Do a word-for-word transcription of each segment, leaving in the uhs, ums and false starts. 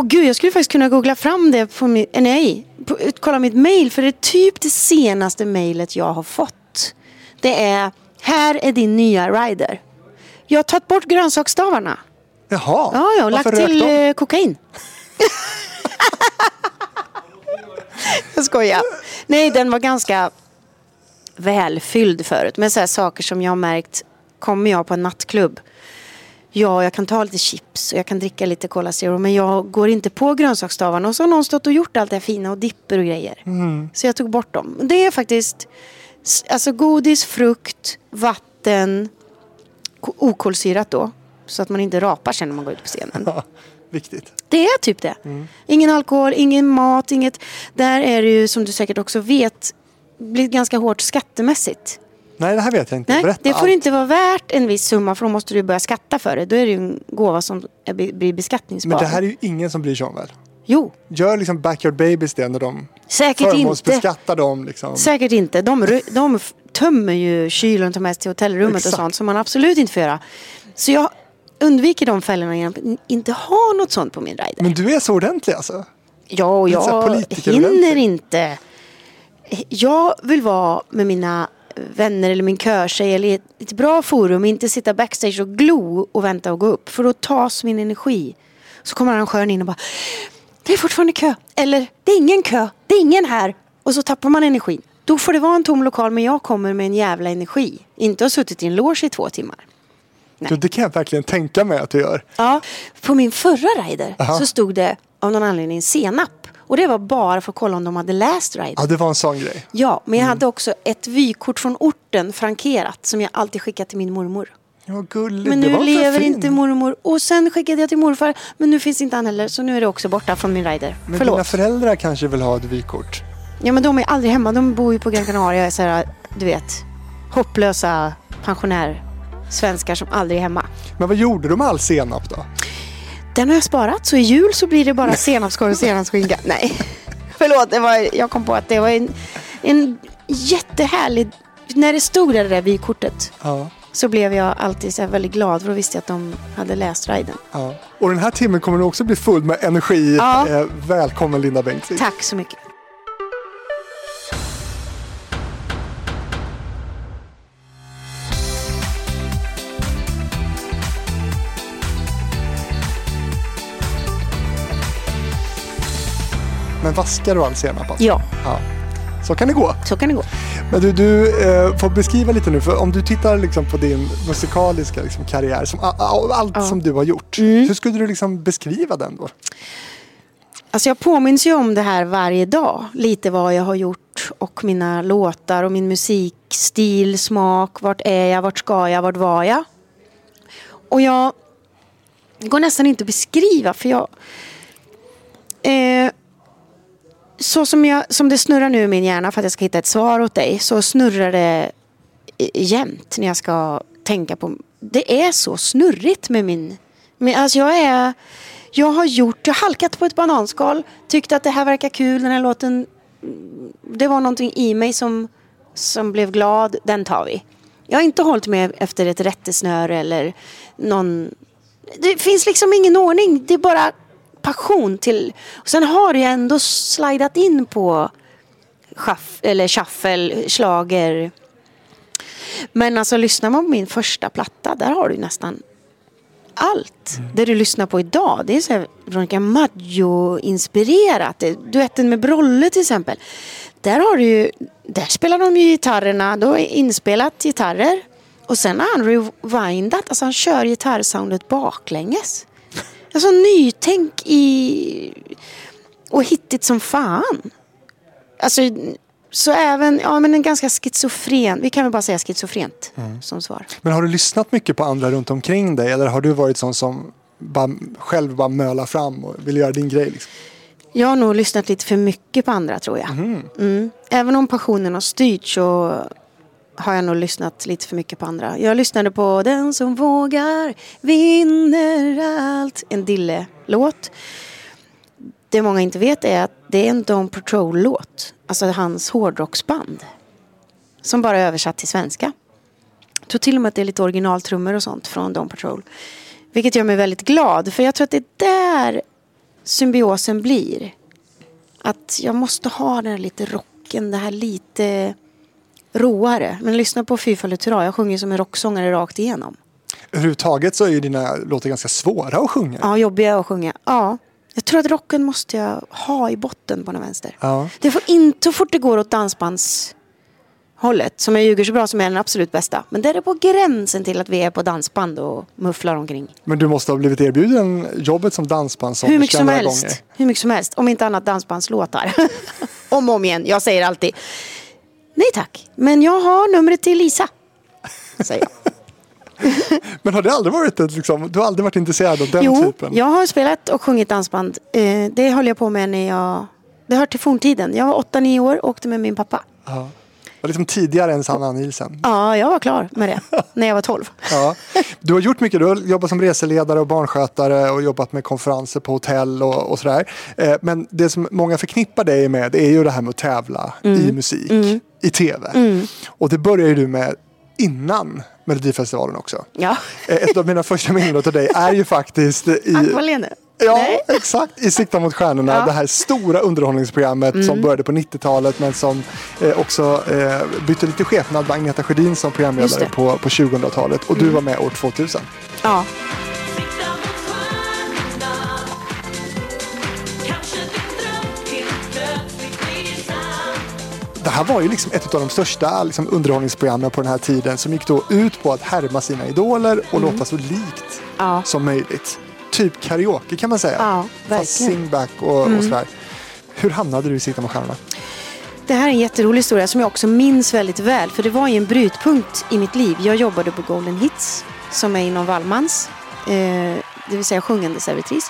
Åh gud, jag skulle faktiskt kunna googla fram det på min, nej, på, kolla mitt mail, för det är typ det senaste mailet jag har fått. Det är, här är din nya rider. Jag har tagit bort grönsaksstavarna. Jaha. Ja, jag har lagt till eh, kokain. Jag skojar. Nej, den var ganska välfylld förut. Men så här saker som jag har märkt, kommer jag på en nattklubb. Ja, jag kan ta lite chips och jag kan dricka lite Cola Zero, men jag går inte på grönsaksstavarna. Och så har någon stått och gjort allt det här fina och dipper och grejer. Mm. Så jag tog bort dem. Det är faktiskt alltså godis, frukt, vatten, okolsyrat då. Så att man inte rapar sen när man går ut på scenen. Ja, viktigt. Det är typ det. Mm. Ingen alkohol, ingen mat, inget. Där är det ju, som du säkert också vet, blivit ganska hårt skattemässigt. Nej, det här vet jag inte. Nej, Berätta det får allt. inte vara värt en viss summa, för då måste du börja skatta för det. Då är det ju en gåva som är, blir beskattningsbar. Men det här är ju ingen som bryr sig om väl? Jo. Gör liksom Backyard Babies det när de säkert förmånsbeskattar dem liksom. Säkert inte. De, de tömmer ju kylen och tar med sig till hotellrummet. Exakt. Och sånt som man absolut inte får göra. Så jag undviker de fällorna genom att inte ha något sånt på min rider. Men du är så ordentlig alltså? Ja, och jag hinner inte. Jag vill vara med mina vänner eller min körtjej eller ett, ett bra forum, inte sitta backstage och glo och vänta och gå upp, för då tas min energi. Så kommer arrangören in och bara, det är fortfarande kö, eller det är ingen kö, det är ingen här, och så tappar man energin. Då får det vara en tom lokal, men jag kommer med en jävla energi, inte ha suttit i en loge i två timmar. Du, det kan jag verkligen tänka mig att du gör. Ja, på min förra rider Aha. så stod det av någon anledning senap. Och det var bara för att kolla om de hade läst rider. Ja, det var en sån grej. Ja, men jag mm. hade också ett vykort från orten frankerat som jag alltid skickat till min mormor. Ja, gulligt. Men det nu var lever fin. inte mormor. Och sen skickade jag till morfar, men nu finns inte han heller. Så nu är det också borta från min rider. Men Förlåt. dina föräldrar kanske vill ha ett vykort. Ja, men de är aldrig hemma. De bor ju på Gran Canaria. Så här, du vet, hopplösa pensionär svenskar som aldrig är hemma. Men vad gjorde du med all senap då? Den har jag sparat, så i jul så blir det bara senapskorv och senapsskinka. Nej, förlåt, det var, jag kom på att det var en, en jättehärlig, när det stod där det där vykortet, ja. så blev jag alltid så här väldigt glad, för då visste jag att de hade läst riden. Ja. Och den här timmen kommer också bli full med energi. Ja. Eh, välkommen Linda Bengtzing. Tack så mycket. Men vaskar du all senap? Alltså? Ja. ja. Så kan det gå. Så kan det gå. Men du, du eh, får beskriva lite nu. För om du tittar liksom på din musikaliska liksom, karriär, som, all, allt ja. som du har gjort. Mm. Hur skulle du liksom beskriva den då? Alltså jag påminns ju om det här varje dag. Lite vad jag har gjort och mina låtar och min musikstil, smak. Vart är jag, vart ska jag, vart var jag? Och jag går nästan inte att beskriva, för jag... Eh, Så som, jag, som det snurrar nu i min hjärna för att jag ska hitta ett svar åt dig, så snurrar det jämt när jag ska tänka på... Det är så snurrigt med min... Med, alltså jag är... Jag har gjort... Jag har halkat på ett bananskal. Tyckte att det här verkar kul. Den här låten... Det var någonting i mig som, som blev glad. Den tar vi. Jag har inte hållit med efter ett rättesnöre eller någon... Det finns liksom ingen ordning. Det är bara... passion till. Och sen har jag ändå slidat in på schaff, eller shuffle, slager. Men alltså lyssnar man på min första platta, där har du nästan allt. Mm. Det du lyssnar på idag, det är så här Veronica Maggio-inspirerat. Duetten med Brolle till exempel. Där har du ju, där spelar de ju gitarrerna, då är inspelat gitarrer. Och sen har han rewindat, alltså han kör gitarrsoundet baklänges. Alltså nytänk i... Och hittigt som fan. Alltså, så även... Ja, men en ganska schizofren... Vi kan väl bara säga schizofrent mm. som svar. Men har du lyssnat mycket på andra runt omkring dig? Eller har du varit sån som bara, själv bara mölar fram och vill göra din grej? Liksom? Jag har nog lyssnat lite för mycket på andra, tror jag. Mm. Mm. Även om passionen har styrt, så... har jag nog lyssnat lite för mycket på andra. Jag lyssnade på Den som vågar vinner allt. En Dille-låt. Det många inte vet är att det är en Dawn Patrol-låt. Alltså hans hårdrocksband. Som bara är översatt till svenska. Jag tror till och med att det är lite originaltrummor och sånt från Dawn Patrol. Vilket gör mig väldigt glad. För jag tror att det är där symbiosen blir. Att jag måste ha den här lite rocken, det här lite roare. Men lyssna på Fyrfaldigt hurra, jag sjunger som en rocksångare rakt igenom. Överhuvudtaget så är ju dina låtar ganska svåra att sjunga. Ja, jobbiga att sjunga. Ja, jag tror att rocken måste jag ha i botten på den vänster. Ja. Det får inte så fort det går åt dansbands hållet, som jag ljuger så bra, som är den absolut bästa. Men det är på gränsen till att vi är på dansband och mufflar omkring. Men du måste ha blivit erbjuden jobbet som dansbandssångerska. Hur mycket som några helst. gånger. Hur mycket som helst. Om inte annat dansbandslåtar. om och om igen. Jag säger alltid nej tack. Men jag har numret till Lisa. Säger jag. Men har det aldrig varit ett, liksom, du har aldrig varit intresserad av den jo, typen? Jo, jag har spelat och sjungit dansband. Eh, det höll jag på med när jag... Det hör till forntiden. Jag var åtta nio år och åkte med min pappa. Ja. Det var liksom tidigare än Sanna Nielsen. Ja, jag var klar med det när jag var tolv. Ja. Du har gjort mycket. Du har jobbat som reseledare och barnskötare och jobbat med konferenser på hotell och, och sådär. Eh, men det som många förknippar dig med är ju det här med att tävla mm. i musik, mm. i tv. Mm. Och det börjar ju du med innan Melodifestivalen också. Ja. Eh, ett av mina första minnen av dig är ju faktiskt i... Aqualene. Ja, Nej. exakt. I Sikta mot stjärnorna. Ja. Det här stora underhållningsprogrammet mm. som började på nittiotalet men som eh, också eh, bytte lite skepnad med Agneta Sjödin som programledare på, på tjugohundratalet. Och mm. du var med år tvåtusen. Ja. Det här var ju liksom ett av de största liksom, underhållningsprogrammen på den här tiden som gick då ut på att härma sina idoler och mm. låta så likt ja. som möjligt. Typ karaoke kan man säga. Ja, verkligen. Fast singback och, mm. och sådär. Hur hamnade du i Sikta mot stjärnorna? Det här är en jätterolig historia som jag också minns väldigt väl. För det var ju en brytpunkt i mitt liv. Jag jobbade på Golden Hits som är inom Wallmans. Eh, det vill säga sjungande servitris.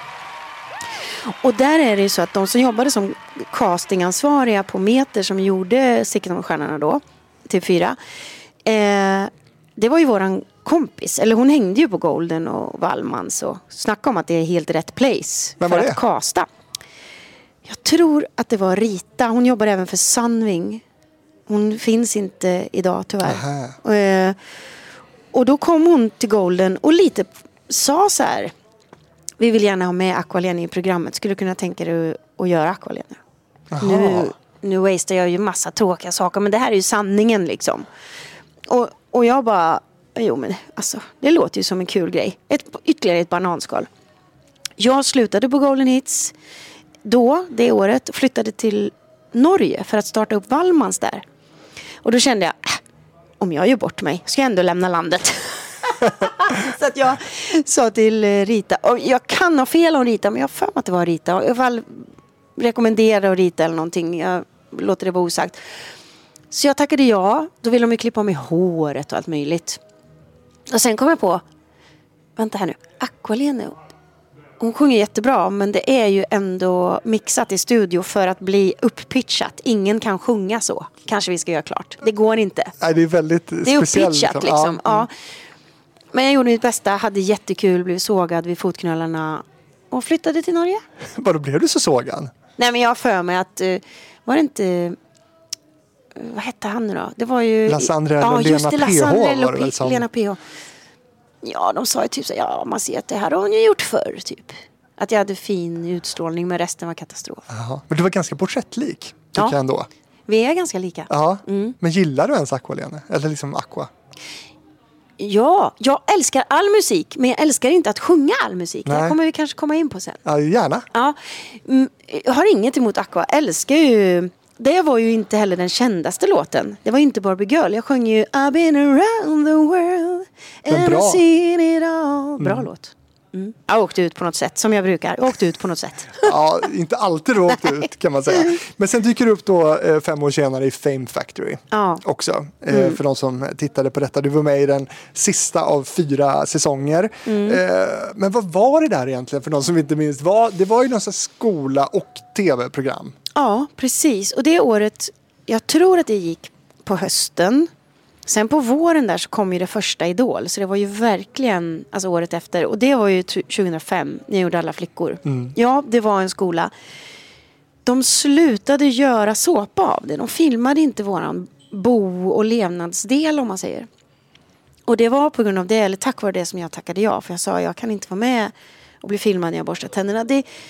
Och där är det ju så att de som jobbade som castingansvariga på Meter som gjorde Sikta mot stjärnorna då, till fyra. Eh, det var ju våran kompis. Eller hon hängde ju på Golden och Wallmans och snackade om att det är helt rätt place för att casta. Jag tror att det var Rita. Hon jobbar även för Sandving. Hon finns inte idag tyvärr. Och, eh, och då kom hon till Golden och lite sa så här: vi vill gärna ha med Aqualene i programmet. Skulle du kunna tänka dig att göra Aqualene? Nu, nu wastear jag ju massa tråkiga saker. Men det här är ju sanningen liksom. Och, och jag bara, jo men alltså, det låter ju som en kul grej. Ett, ytterligare ett bananskal. Jag slutade på Golden Hits då, det året, flyttade till Norge för att starta upp Wallmans där. Och då kände jag, äh, om jag gör bort mig ska jag ändå lämna landet. Så att jag sa till Rita, och jag kan ha fel om Rita, men jag har för mig att det var Rita. I alla fall rekommendera Rita eller någonting, jag låter det vara osagt. Så jag tackade ja, då ville de ju klippa mig håret och allt möjligt. Och sen kom jag på, vänta här nu, Aqualene, hon sjunger jättebra, men det är ju ändå mixat i studio för att bli upppitchat. Ingen kan sjunga så. Kanske vi ska göra klart. Det går inte. Nej, det är väldigt det är speciellt. Det är upppitchat liksom. Ja. Ja. Men jag gjorde mitt bästa, hade jättekul, blev sågad vid fotknölarna och flyttade till Norge. Vadå, blev du så sågad? Nej, men jag har för mig att, var det inte... Vad hette han nu då? Det var ju... Lasse Andrell och Lena P H var det väl som... Lena P H. Ja, de sa ju typ så, ja, man ser att det här har hon ju gjort förr, typ. Att jag hade fin utstrålning, men resten var katastrof. Jaha. Men du var ganska porträttlik, tycker ja. jag ändå. Vi är ganska lika. Ja, mm. Men gillar du ens Aqualene? Eller liksom Aqua? Ja, jag älskar all musik, men jag älskar inte att sjunga all musik. Nej. Det kommer vi kanske komma in på sen. Ja, gärna. Ja, jag har inget emot Aqua. Älskar ju... Det var ju inte heller den kändaste låten. Det var inte Barbie Girl. Jag sjöng ju I've been around the world and I've seen it all. Bra mm. låt. Mm. Jag åkte ut på något sätt, som jag brukar. Jag åkte ut på något sätt. Ja, inte alltid du åkte ut kan man säga. Men sen dyker du upp då fem år senare i Fame Factory ja. också. Mm. För de som tittade på detta. Du var med i den sista av fyra säsonger. Mm. Men vad var det där egentligen för de som inte minns? Det var ju någon sån skola och tv-program. Ja, precis. Och det året, jag tror att det gick på hösten. Sen på våren där så kom ju det första Idol. Så det var ju verkligen, alltså året efter. Och det var ju tjugohundrafem, när jag gjorde Alla flickor. Mm. Ja, det var en skola. De slutade göra såpa av det. De filmade inte våran bo- och levnadsdel, om man säger. Och det var på grund av det, eller tack vare det, som jag tackade ja. För jag sa, jag kan inte vara med och bli filmad när jag borstar tänderna. Det...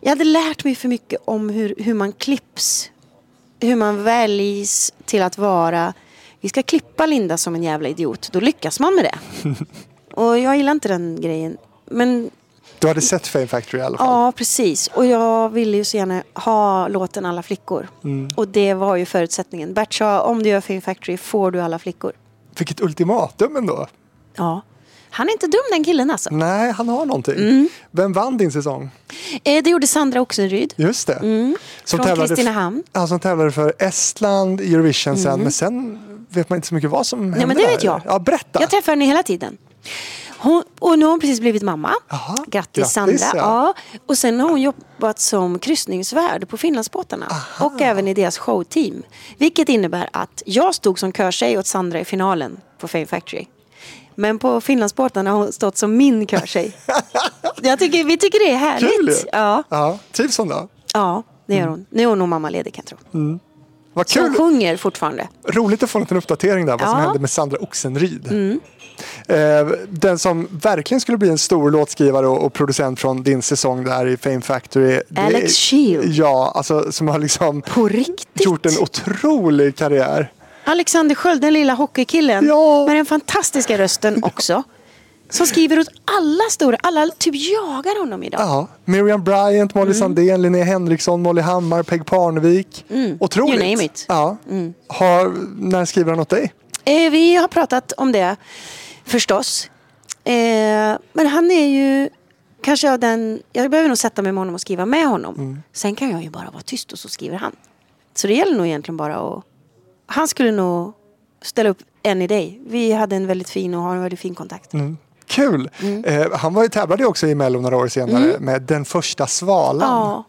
Jag hade lärt mig för mycket om hur, hur man klipps. Hur man väljs till att vara... Vi ska klippa Linda som en jävla idiot. Då lyckas man med det. Och jag gillar inte den grejen. Men... Du hade sett Fame Factory i alla fall. Ja, precis. Och jag ville ju så gärna ha låten Alla flickor. Mm. Och det var ju förutsättningen. Bert sa, om du gör Fame Factory får du alla flickor. Vilket ultimatum ändå. Ja. Han är inte dum den killen alltså. Nej, han har någonting. Mm. Vem vann din säsong? Eh, det gjorde Sandra Oxenryd. Just det. Mm. Som Från tävlade Kristinehamn. Ja, som tävlade för Estland, Eurovision sen. Mm. Men sen vet man inte så mycket vad som hände. Nej, men det vet jag. Ja, berätta. Jag träffar henne hela tiden. Hon, och nu har hon precis blivit mamma. Aha, grattis, grattis Sandra. Ja. Ja. Och sen har hon jobbat som kryssningsvärd på Finlandsbåtarna. Aha. Och även i deras showteam. Vilket innebär att jag stod som körtjej åt Sandra i finalen på Fame Factory. Men på Finlandsbåtarna har hon stått som min körtjej. Jag tycker, vi tycker det är härligt. Kul. Ja. Ja. Trivs hon då? Ja, det gör hon. Mm. Nu är hon nog mammaledig, kan jag tro. Mm. Vad kul. Så hon sjunger fortfarande. Roligt att få en liten uppdatering där. Vad ja. som hände med Sandra Oxenryd. Mm. Den som verkligen skulle bli en stor låtskrivare och, och producent från din säsong där i Fame Factory. Alex Shield. Ja, alltså som har liksom på riktigt gjort en otrolig karriär. Alexander Sköld, den lilla hockeykillen. Ja. Med den fantastiska rösten också. Som skriver åt alla stora, alla typ jagar honom idag. Ja, Miriam Bryant, Molly mm. Sandén, Linnea Henriksson, Molly Hammar, Peg Parnevik. Mm. Otroligt. You name it. Ja. Mm. Har, när skriver han åt dig? Eh, vi har pratat om det, förstås. Eh, men han är ju kanske av den... Jag behöver nog sätta mig med honom och skriva med honom. Mm. Sen kan jag ju bara vara tyst och så skriver han. Så det gäller nog egentligen bara att... Han skulle nog ställa upp än i dig. Vi hade en väldigt fin och har en väldigt fin kontakt. Mm. Kul! Mm. Eh, han var ju tävlade också i Mello några år senare mm. med Den första svalan. Ja.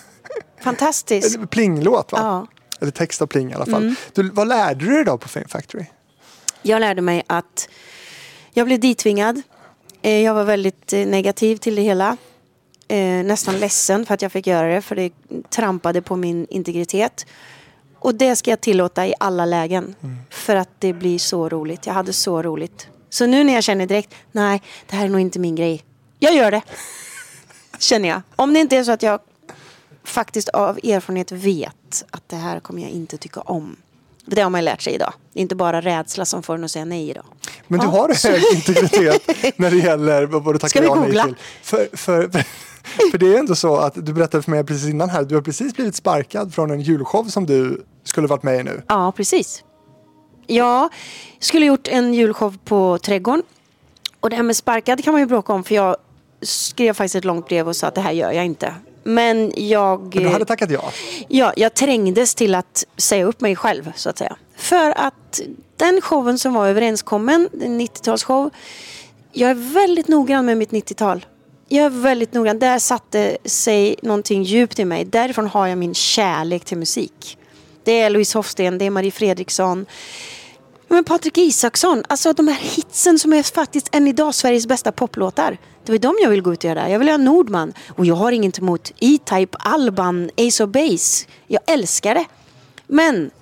Fantastiskt. Plinglåt va? Ja. Eller text av Pling i alla fall. Mm. Du, vad lärde du dig då på Fame Factory? Jag lärde mig att jag blev ditvingad. Eh, jag var väldigt eh, negativ till det hela. Eh, nästan ledsen för att jag fick göra det. För det trampade på min integritet. Och det ska jag tillåta i alla lägen. Mm. För att det blir så roligt. Jag hade så roligt. Så nu när jag känner direkt, nej, det här är nog inte min grej. Jag gör det. Känner jag. Om det inte är så att jag faktiskt av erfarenhet vet att det här kommer jag inte tycka om. Det har man lärt sig idag. Det är inte bara rädsla som får en att säga nej idag. Men ja. du har hög integritet när det gäller vad du tackar ja nej till. För, för, för, för det är ändå så att du berättade för mig precis innan här. Du har precis blivit sparkad från en julshow som du skulle varit med i nu. Ja, precis. Jag skulle gjort en julshow på Trädgården. Och det här med sparkad kan man ju bråka om. För jag skrev faktiskt ett långt brev och sa att det här gör jag inte. Men jag... Men du hade tackat ja? Ja, jag trängdes till att säga upp mig själv, så att säga. För att den showen som var överenskommen, en nittiotalsshow, jag är väldigt noggrann med mitt nittiotal. Jag är väldigt noggrann. Där satte sig någonting djupt i mig. Därifrån har jag min kärlek till musik. Det är Louise Hofsten, det är Marie Fredriksson. Men Patrik Isaksson, alltså de här hitsen som är faktiskt än idag Sveriges bästa poplåtar. Det var de jag vill gå ut och göra. Jag vill ha Nordman. Och jag har inget emot E-Type, Alban, Ace of Base. Jag älskar det. Men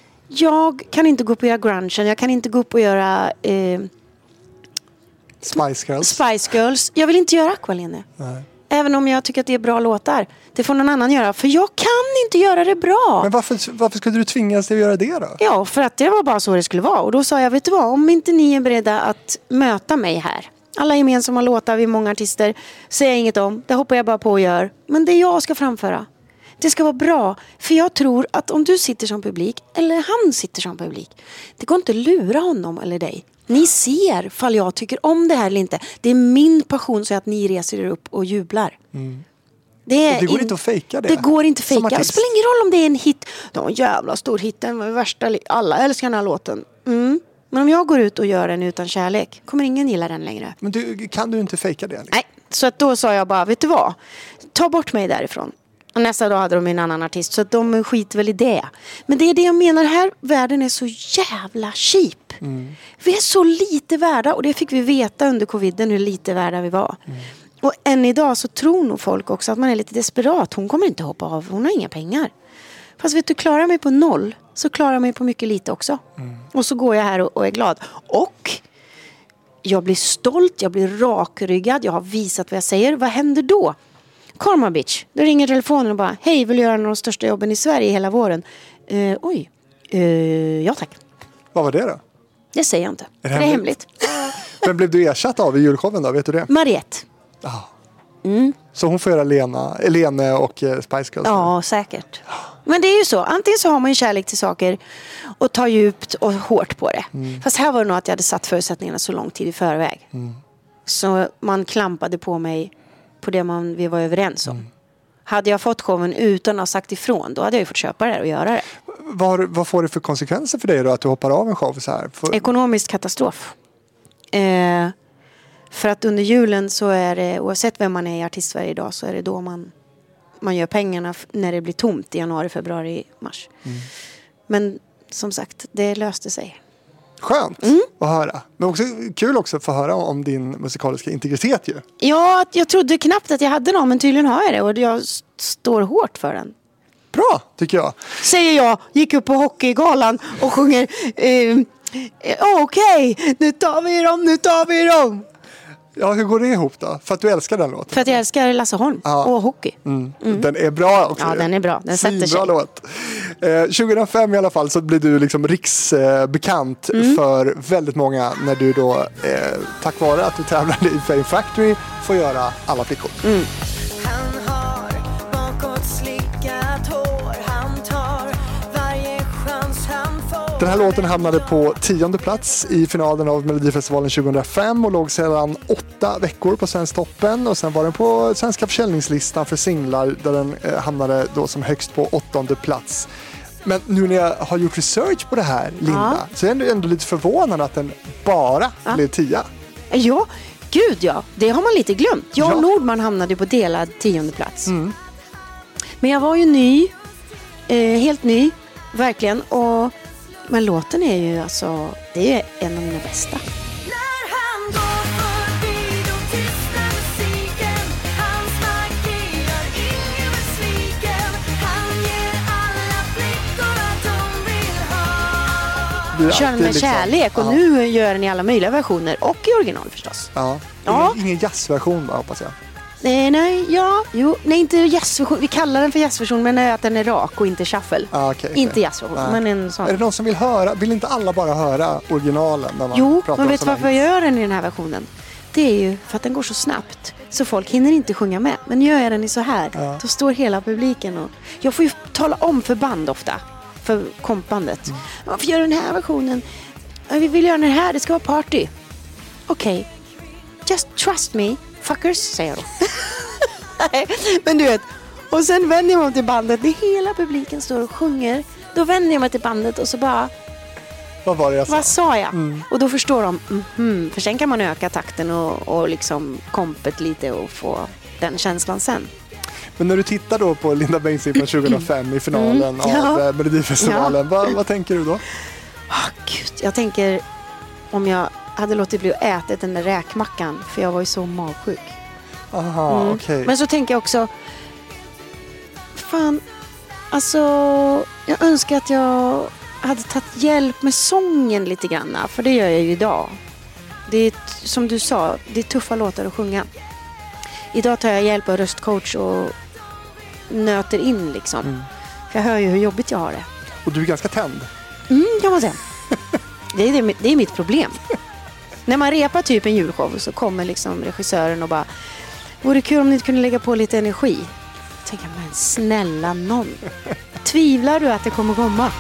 jag kan inte gå upp och göra grungen. Jag kan inte gå upp och göra... Eh, Spice Girls. Spice Girls. Jag vill inte göra Aqualene. Nej. Även om jag tycker att det är bra låtar. Det får någon annan göra. För jag kan inte göra det bra. Men varför, varför skulle du tvingas till att göra det då? Ja, för att det var bara så det skulle vara. Och då sa jag, vet du vad? Om inte ni är beredda att möta mig här. Alla gemensamma låtar, vi är många artister. Säger jag inget om. Det hoppar jag bara på och gör. Men det jag ska framföra. Det ska vara bra. För jag tror att om du sitter som publik. Eller han sitter som publik. Det går inte att lura honom eller dig. Ni ser fall jag tycker om det här eller inte. Det är min passion så att ni reser er upp och jublar. Mm. Det, är och det går in... inte att fejka det. Det går inte att fejka. Det spelar ingen roll om det är en hit. Det var en jävla stor hit. Den var värsta. Alla älskar den här låten. Mm. Men om jag går ut och gör den utan kärlek kommer ingen gilla den längre. Men du, kan du inte fejka det? Liksom? Nej, så att då sa jag bara, vet du vad? Ta bort mig därifrån. Och nästa dag hade de en annan artist. Så att de skiter väl i det. Men det är det jag menar här. Världen är så jävla cheap. Mm. Vi är så lite värda. Och det fick vi veta under coviden hur lite värda vi var. Mm. Och än idag så tror nog folk också att man är lite desperat. Hon kommer inte hoppa av. Hon har inga pengar. Fast vet du, klarar jag mig på noll så klarar jag mig på mycket lite också. Mm. Och så går jag här och, och är glad. Och jag blir stolt. Jag blir rakryggad. Jag har visat vad jag säger. Vad händer då? Karma bitch. Då ringer telefonen och bara, hej, vill du göra en av de största jobben i Sverige hela våren? Uh, oj, uh, ja tack. Vad var det då? Det säger jag inte, är det, för det är hemligt. Vem blev du ersatt av i julshowen då, vet du det? Mariette. Ah. Mm. Så hon får göra Lena, Lene och uh, Spice Girls? Ja, nu. Säkert. Men det är ju så, antingen så har man ju kärlek till saker och tar djupt och hårt på det. Mm. Fast här var det nog att jag hade satt förutsättningarna så lång tid i förväg. Mm. Så man klampade på mig på det man, vi var överens om. Mm. Hade jag fått showen utan att ha sagt ifrån, då hade jag ju fått köpa det och göra det. Var, vad får det för konsekvenser för dig då att du hoppar av en show så här? För... Ekonomisk katastrof. Eh, för att under julen så är det, oavsett vem man är i Artistsverige idag, så är det då man, man gör pengarna när det blir tomt i januari, februari, mars. Mm. Men som sagt, det löste sig. Skönt mm. att höra. Men också kul också att få höra om din musikaliska integritet ju. Ja, jag trodde knappt att jag hade någon, men tydligen har jag det. Och jag st- står hårt för den. Bra, tycker jag. Säger jag, gick upp på hockeygalan och sjunger eh, okej, okay, nu tar vi dem, nu tar vi dem. Ja, hur går det ihop då? För att du älskar den låten? För att jag älskar Lasse Holm ja. och hockey. Mm. Mm. Den är bra också. Ja, den är bra. Den sätter sig. Bra låt. Eh, tjugohundrafem i alla fall så blir du liksom riksbekant eh, mm. för väldigt många när du då, eh, tack vare att du tävlade i Fame Factory, får göra Alla flickor. Mm. Den här låten hamnade på tionde plats i finalen av Melodifestivalen tjugohundrafem och låg sedan åtta veckor på Svensk toppen, och sen var den på svenska försäljningslistan för singlar där den eh, hamnade då som högst på åttonde plats. Men nu när jag har gjort research på det här, Linda, ja. så är jag ändå lite förvånad att den bara ja. blev tia. Ja, gud ja, det har man lite glömt. Jag och ja. Nordman hamnade på delad tionde plats. Mm. Men jag var ju ny, eh, helt ny, verkligen, och men låten är ju alltså, det är en av mina bästa. Kör med liksom, kärlek och ja. nu gör den i alla möjliga versioner och i original förstås. Ja, ja. Ingen, ingen jazzversion va, hoppas jag. Nej, nej, ja, jo, nej inte jazzversion. Vi kallar den för jazzversion, men att den är rak och inte shuffle. Ah, okay, inte okay. jazzversion, ah. men en sån. Är det någon som vill höra, vill inte alla bara höra originalen när man jo, pratar men vet du varför hits? jag gör den i den här versionen? Det är ju för att den går så snabbt så folk hinner inte sjunga med. Men gör jag den i så här, ja. då står hela publiken och jag får ju tala om för band ofta, för kompbandet. Mm. Varför gör den här versionen? Vi vill göra den här, det ska vara party. Okej, okay. Just trust me, fuckers, säger de. Men du vet, och sen vänder jag mig till bandet när hela publiken står och sjunger. Då vänder jag mig till bandet och så bara, vad var det jag sa? Vad sa jag? Mm. Och då förstår de, mm-hmm. för sen kan man öka takten och, och liksom kompet lite och få den känslan sen. Men när du tittar då på Linda Bengtzing från tjugohundrafem i finalen mm. ja. av Melodifestivalen, ja. vad, vad tänker du då? Oh, Gud, jag tänker om jag hade låtit bli att äta den där räkmackan, för jag var ju så magsjuk. Aha, mm. okej. Okay. Men så tänker jag också, fan, alltså jag önskar att jag hade tagit hjälp med sången lite grann, för det gör jag ju idag. Det är, som du sa, det är tuffa låtar att sjunga. Idag tar jag hjälp av röstcoach och nöter in liksom. Mm. För jag hör ju hur jobbigt jag har det. Och du är ganska tänd. Mm, kan man säga. Det är, det, det är mitt problem. När man repar typ en julshow så kommer liksom regissören och bara, vore det kul om ni kunde lägga på lite energi. Jag tänker, men snälla någon. Tvivlar du att det kommer komma?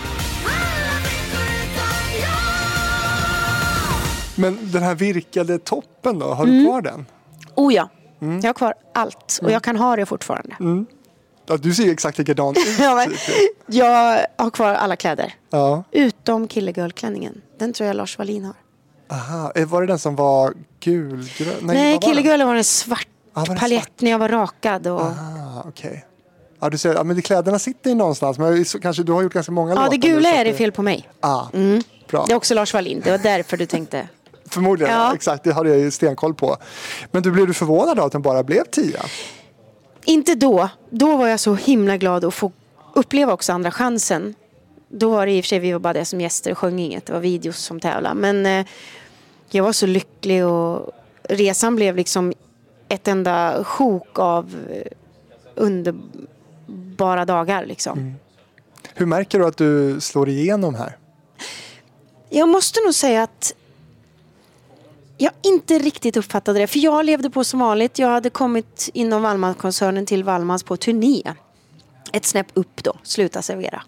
Men den här virkade toppen då, har du mm. kvar den? Oh ja, mm. jag har kvar allt och mm. jag kan ha det fortfarande. Mm. Ja, du ser ju exakt likadant ut. Ja, men, jag har kvar alla kläder. Ja. Utom killegirl-klänningen. Den tror jag Lars Wallin har. Aha, var det den som var gulgrön? Nej, Nej killegirl var en svart ah, var palett svart? När jag var rakad. Och... Aha, okej. Okay. Ja, du ser, ja, men kläderna sitter ju någonstans. Men kanske du har gjort ganska många ja, låtar. Ja, det gula är det fel på mig. Ah, mm. bra. Det är också Lars Wallin. Det var därför du tänkte. Förmodligen, ja. Exakt. Det hade jag ju stenkoll på. Men du blev du förvånad av att den bara blev tia? Inte då. Då var jag så himla glad att få uppleva också andra chansen. Då var det i och för sig, vi var bara det som gäster och sjöng inget. Det var videos som tävlade. Men eh, jag var så lycklig och resan blev liksom ett enda sjok av underbara dagar liksom. Mm. Hur märker du att du slår igenom här? Jag måste nog säga att jag inte riktigt uppfattade det. För jag levde på som vanligt. Jag hade kommit inom Wallmans-koncernen till Wallmans på turné. Ett snäpp upp då. Sluta servera.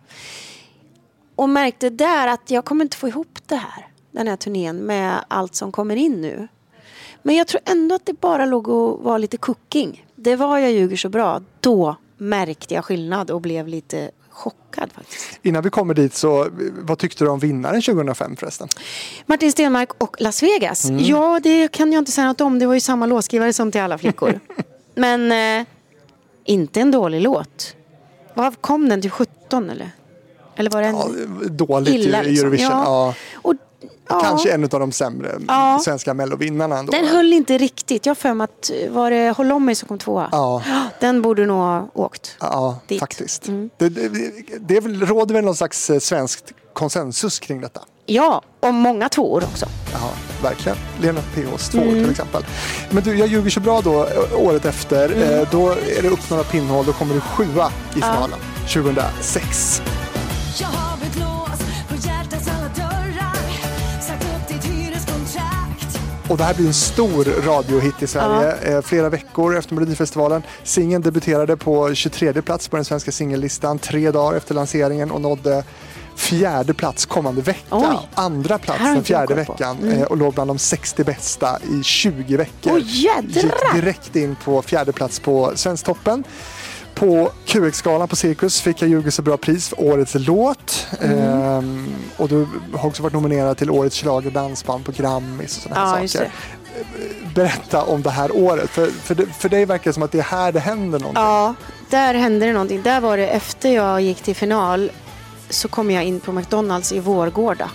Och märkte där att jag kommer inte få ihop det här. Den här turnén med allt som kommer in nu. Men jag tror ändå att det bara låg och var lite cooking. Det var Jag ljuger så bra. Då märkte jag skillnad och blev lite chockad faktiskt. Innan vi kommer dit så, vad tyckte du om vinnaren tjugohundrafem förresten? Martin Stenmarck och Las Vegas. Mm. Ja, det kan jag inte säga något om. Det var ju samma låtskrivare som till alla flickor. Men eh, inte en dålig låt. Vad kom den till sjutton eller? Eller var det en ja, dåligt illa, i Eurovision? Liksom. Ja. Ja. Och, ja. Kanske en av de sämre ja. svenska mellovinnarna ändå. Den höll inte riktigt. Jag för mig att var det Håll om mig som kom tvåa. Ja. Den borde nog ha åkt. Ja, dit. Faktiskt. Mm. Det, det, det råder väl någon slags svenskt konsensus kring detta? Ja, och många tvåor också. Ja, verkligen. Lena P H:s tvåor mm. till exempel. Men du, Jag ljuger så bra då året efter. Mm. Eh, då är det upp några pinnhål. Då kommer du sjua i finalen. Ja. tjugohundrasex. Jag har bytt lås på hjärtats alla dörrar. Sagt upp ditt hyreskontrakt. Och det här blir en stor radiohit i Sverige. Ja. Eh, flera veckor efter Melodifestivalen. Singeln debuterade på tjugotredje plats på den svenska singellistan. Tre dagar efter lanseringen och nådde fjärde plats kommande vecka. Oj. Andra plats den fjärde veckan. Mm. Eh, och låg bland de sextio bästa i tjugo veckor. Oj, jädra. Gick direkt in på fjärde plats på Svensktoppen. På Q X-skalan på Cirkus fick Jag ljuger så bra pris för årets låt. Mm. Ehm, och du har också varit nominerad till årets schlager dansband på Grammis och sådana ja, saker. Berätta om det här året. För, för, för dig verkar det som att det är här det händer någonting. Ja, där hände det någonting. Där var det efter jag gick till final så kom jag in på McDonalds i Vårgårda.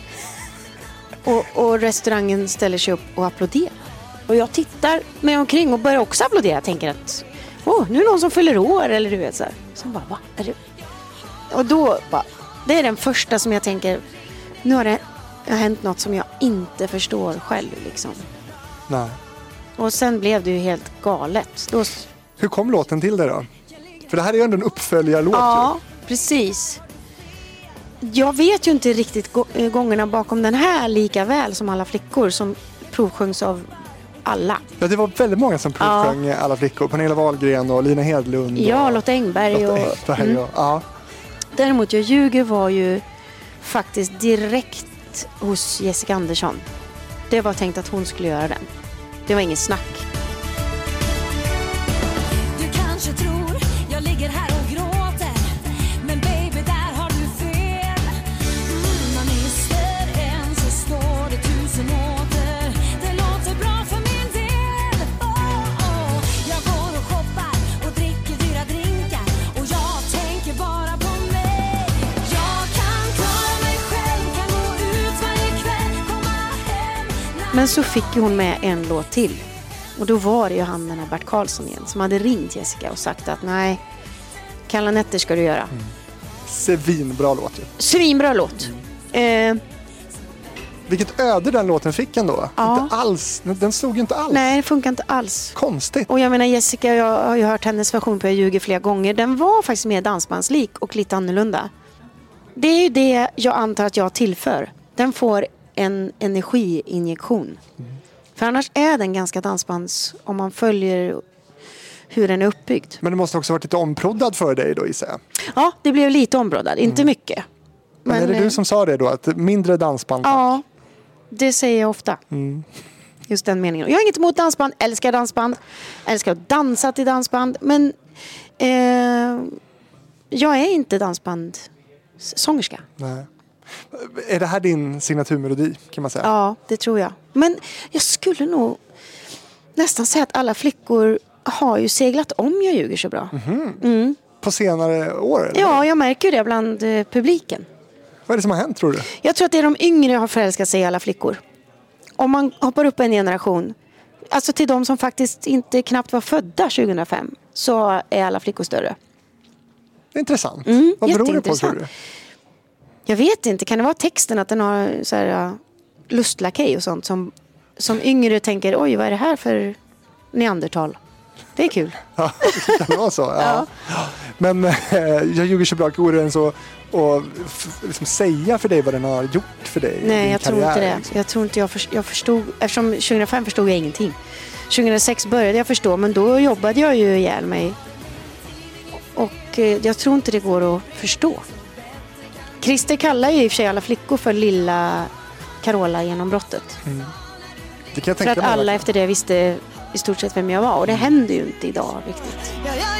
Och, och restaurangen ställer sig upp och applåderar. Och jag tittar mig omkring och börjar också applådera. Jag tänker att åh, nu är det någon som fyller år eller du vet så här. Så bara, va? Är det? Och då bara, det är den första som jag tänker, nu har det har hänt något som jag inte förstår själv liksom. Nej. Och sen blev det ju helt galet. Då... Hur kom låten till det då? För det här är ju ändå en uppföljarlåt. Ja, ju. Precis. Jag vet ju inte riktigt gångerna bakom den här lika väl som Alla flickor som provsjöngs av alla. Ja, det var väldigt många som provsjöng ja. Alla flickor. Pernilla Wahlgren och Lina Hedlund. Ja, och Lotta Engberg. Lotta och, Engberg mm. och, ja. Däremot Jag ljuger var ju faktiskt direkt hos Jessica Andersson. Det var tänkt att hon skulle göra den. Det var inget snack. Du kanske tror jag ligger här och gråter. Men baby, där har du fel. Mm, man är större än så står det tusen åter. Det låter bra för min del. Oh, oh. Jag går och shoppar och dricker dyra drinkar. Och jag tänker bara på mig. Jag kan klara mig själv, kan gå ut varje kväll, komma hem. Men så fick hon med en låt till. Och då var det ju han, den här Bert Karlsson igen, som hade ringt Jessica och sagt att nej, Kalla nätter ska du göra. Mm. Svinbra låt ju. Svinbra låt. Mm. Eh. Vilket öde den låten fick ändå. Ja. Inte alls, den stod ju inte alls. Nej, det funkar inte alls. Konstigt. Och jag menar Jessica, jag har ju hört hennes version på Jag ljuger flera gånger. Den var faktiskt mer dansbandslik och lite annorlunda. Det är ju det jag antar att jag tillför. Den får en energiinjektion. Mm. För annars är den ganska dansbands om man följer hur den är uppbyggd. Men det måste också ha varit lite omproddad för dig då, gissar jag. Ja, det blev lite ombroddad. Inte mm. mycket. Men, Men är det du som sa det då? Att mindre dansband? Ja, det säger jag ofta. Mm. Just den meningen. Jag har inget emot dansband. Älskar dansband. Älskar att dansa till dansband. Men eh, jag är inte dansbandsångerska. Nej. Är det här din signaturmelodi, kan man säga? Ja, det tror jag. Men jag skulle nog nästan säga att Alla flickor har ju seglat om Jag ljuger så bra. Mm-hmm. Mm. På senare år? Eller? Ja, jag märker det bland eh, publiken. Vad är det som har hänt, tror du? Jag tror att det är de yngre har förälskat sig i Alla flickor. Om man hoppar upp en generation, alltså till de som faktiskt inte knappt var födda tjugohundrafem, så är Alla flickor större. Intressant. Mm, Vad beror det på, tror du? Jag vet inte, kan det vara texten att den har så här, ja, lustlakej och sånt som, som yngre tänker, oj, vad är det här för neandertal? Det är kul. Ja, det kan vara så. Ja. Ja. Men eh, jag ljuger så bra, går det än så och f- liksom säga för dig vad den har gjort för dig? Nej, jag karriär, tror inte det. liksom. Jag tror inte jag, för, jag förstod, eftersom tjugohundrafem förstod jag ingenting. tjugohundrasex började jag förstå, men då jobbade jag ju ihjäl mig. Och eh, jag tror inte det går att förstå. Christer kallar ju i och för sig alla flickor för lilla Carola genom brottet. Mm. Det kan jag för tänka att mig, alla verkligen. efter det visste i stort sett vem jag var. Och det händer ju inte idag riktigt.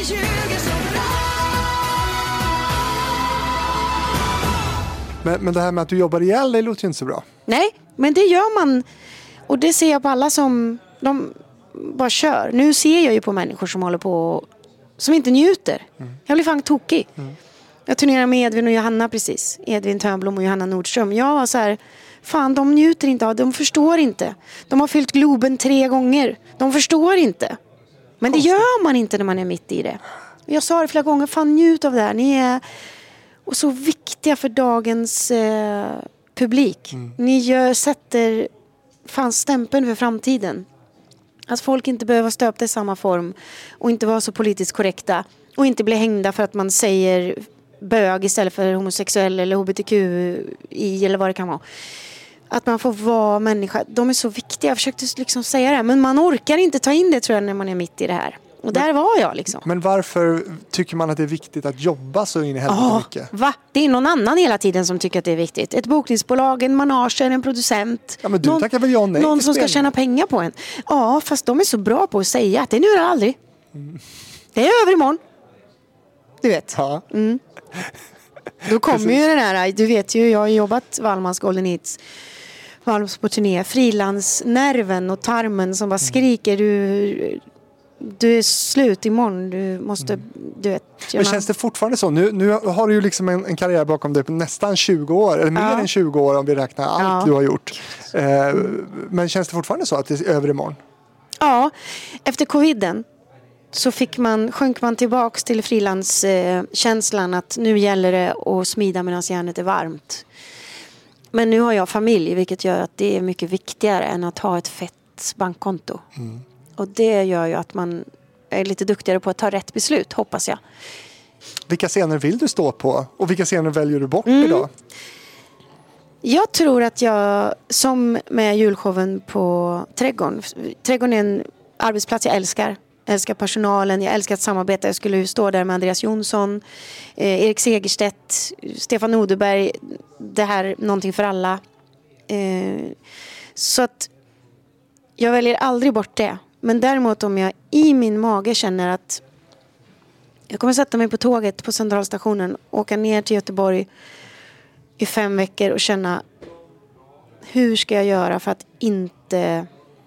Men, men det här med att du jobbar ihjäl dig låter ju inte så bra. Nej, men det gör man. Och det ser jag på alla som de bara kör. Nu ser jag ju på människor som håller på som inte njuter. Mm. Jag blir fan tokig. Mm. Jag turnerar med Edvin och Johanna precis. Edvin Törnblom och Johanna Nordström. Jag var så här, fan de njuter inte av det. De förstår inte. De har fyllt Globen tre gånger. De förstår inte. Men det gör man inte när man är mitt i det. Jag sa det flera gånger, fan njut av det här. Ni är och så viktiga för dagens eh, publik. Mm. Ni gör, sätter fan stämpeln för framtiden. Att folk inte behöver vara stöpta i samma form och inte vara så politiskt korrekta och inte bli hängda för att man säger bög istället för homosexuell eller H B T Q I eller vad det kan vara. Att man får vara människa. De är så viktiga. Jag försökte liksom säga det. Men man orkar inte ta in det tror jag när man är mitt i det här. Och men, där var jag liksom. Men varför tycker man att det är viktigt att jobba så in i helvete oh, mycket? Va? Det är någon annan hela tiden som tycker att det är viktigt. Ett bokningsbolag, en manager, en producent. Ja, men du någon, tackar väl ja, nej, någon som ska tjäna pengar på en. Ja, fast de är så bra på att säga att det nu är det aldrig. Mm. Det är över imorgon. Du vet. Ja. Mm. Då kommer ju den här, du vet ju, jag har jobbat Wallmans Golden Hits. Wallmans på turné. Frilansnerven och tarmen som bara skriker, du... Du är slut imorgon, du måste, mm. du vet. Men känns det fortfarande så? Nu, nu har du ju liksom en, en karriär bakom dig på nästan tjugo år, eller mer ja. än tjugo år om vi räknar allt ja. du har gjort. Eh, men känns det fortfarande så att det är över imorgon? Ja, efter coviden så fick man, sjönk man tillbaks till frilanskänslan eh, att nu gäller det att smida medan järnet är varmt. Men nu har jag familj, vilket gör att det är mycket viktigare än att ha ett fett bankkonto. Mm. Och det gör ju att man är lite duktigare på att ta rätt beslut, hoppas jag. Vilka scener vill du stå på? Och vilka scener väljer du bort mm. idag? Jag tror att jag, som med julshowen på Trädgården. Trädgården är en arbetsplats jag älskar. Jag älskar personalen, jag älskar att samarbeta. Jag skulle stå där med Andreas Jonsson, eh, Erik Segerstedt, Stefan Oderberg. Det här, någonting för alla. Eh, så att jag väljer aldrig bort det. Men däremot om jag i min mage känner att jag kommer sätta mig på tåget på centralstationen, åka ner till Göteborg i fem veckor och känna hur ska jag göra för att inte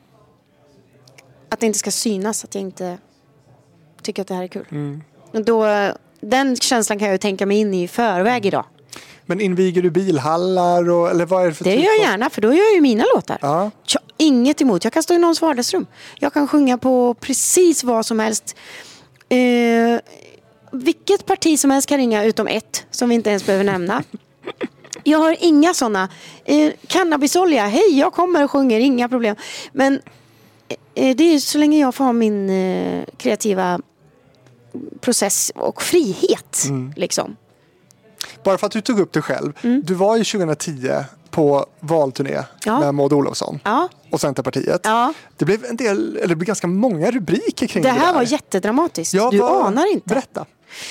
att det inte ska synas att jag inte tycker att det här är kul. Mm. Och då, den känslan kan jag ju tänka mig in i förväg idag. Men inviger du bilhallar och, eller vad är det för det typ gör jag av... gärna, för då gör jag ju mina låtar. Ja. Inget emot. Jag kan stå i någons vardagsrum. Jag kan sjunga på precis vad som helst. Eh, vilket parti som helst kan ringa utom ett som vi inte ens behöver nämna. Jag har inga sådana. Eh, cannabisolja, hej jag kommer och sjunger, inga problem. Men eh, det är så länge jag får ha min eh, kreativa process och frihet. Mm. Liksom. Bara för att du tog upp det själv. Mm. Du var ju tjugohundratio på valturné ja. med Maud Olofsson ja. och Centerpartiet. Ja. Det blev en del, eller det blev ganska många rubriker kring det, det här. Det här var jättedramatiskt. Ja, du var... anar inte. Berätta.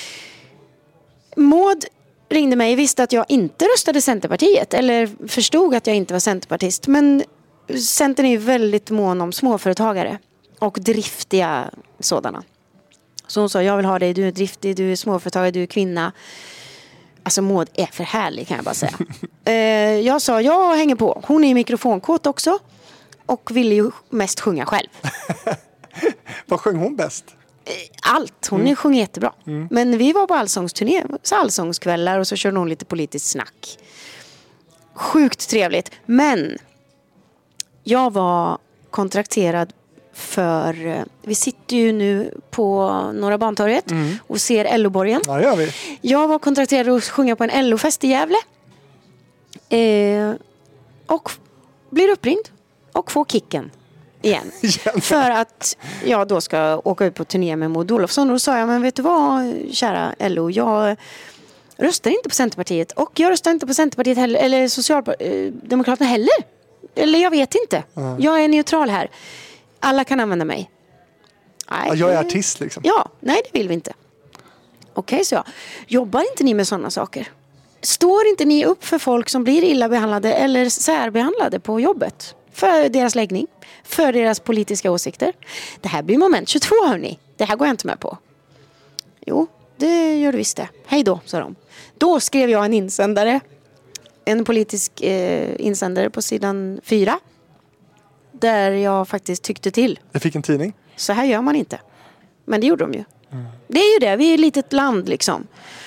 Maud ringde mig och visste att jag inte röstade Centerpartiet. Eller förstod att jag inte var centerpartist. Men Centern är ju väldigt mån om småföretagare. Och driftiga sådana. Så hon sa, jag vill ha dig, du är driftig, du är småföretagare, du är kvinna. Alltså Maud är för härlig kan jag bara säga. eh, jag sa, jag hänger på. Hon är i mikrofonkåt också. Och ville ju mest sjunga själv. Vad sjöng hon bäst? Allt. Hon mm. sjöng jättebra. Mm. Men vi var på allsångsturné. Så allsångskvällar och så körde hon lite politiskt snack. Sjukt trevligt. Men jag var kontrakterad för, vi sitter ju nu på Norra Bantorget mm. och ser L O-borgen. Ja, gör vi. Jag var kontrakterad att sjunga på en L O-fest i Gävle. Eh, och blir uppringd och får kicken. igen. För att jag då ska åka ut på turné med Maud Olofsson. Och då sa jag, men vet du vad, kära L O, jag röstar inte på Centerpartiet. Och jag röstar inte på Centerpartiet heller, eller Socialdemokraterna heller. Eller jag vet inte. Mm. Jag är neutral här. Alla kan använda mig. Nej, ja, jag är artist liksom. Ja, nej det vill vi inte. Okej, okay, så jag. Jobbar inte ni med sådana saker? Står inte ni upp för folk som blir illa behandlade eller särbehandlade på jobbet? För deras läggning, för deras politiska åsikter. Det här blir moment tjugotvå, hörni. Det här går jag inte med på. Jo, det gör du visst det. Hej då, sa de. Då skrev jag en insändare. En politisk eh, insändare på sidan fyra. Där jag faktiskt tyckte till. Jag fick en tidning. Så här gör man inte. Men det gjorde de ju. Mm. Det är ju det, vi är ett litet land liksom.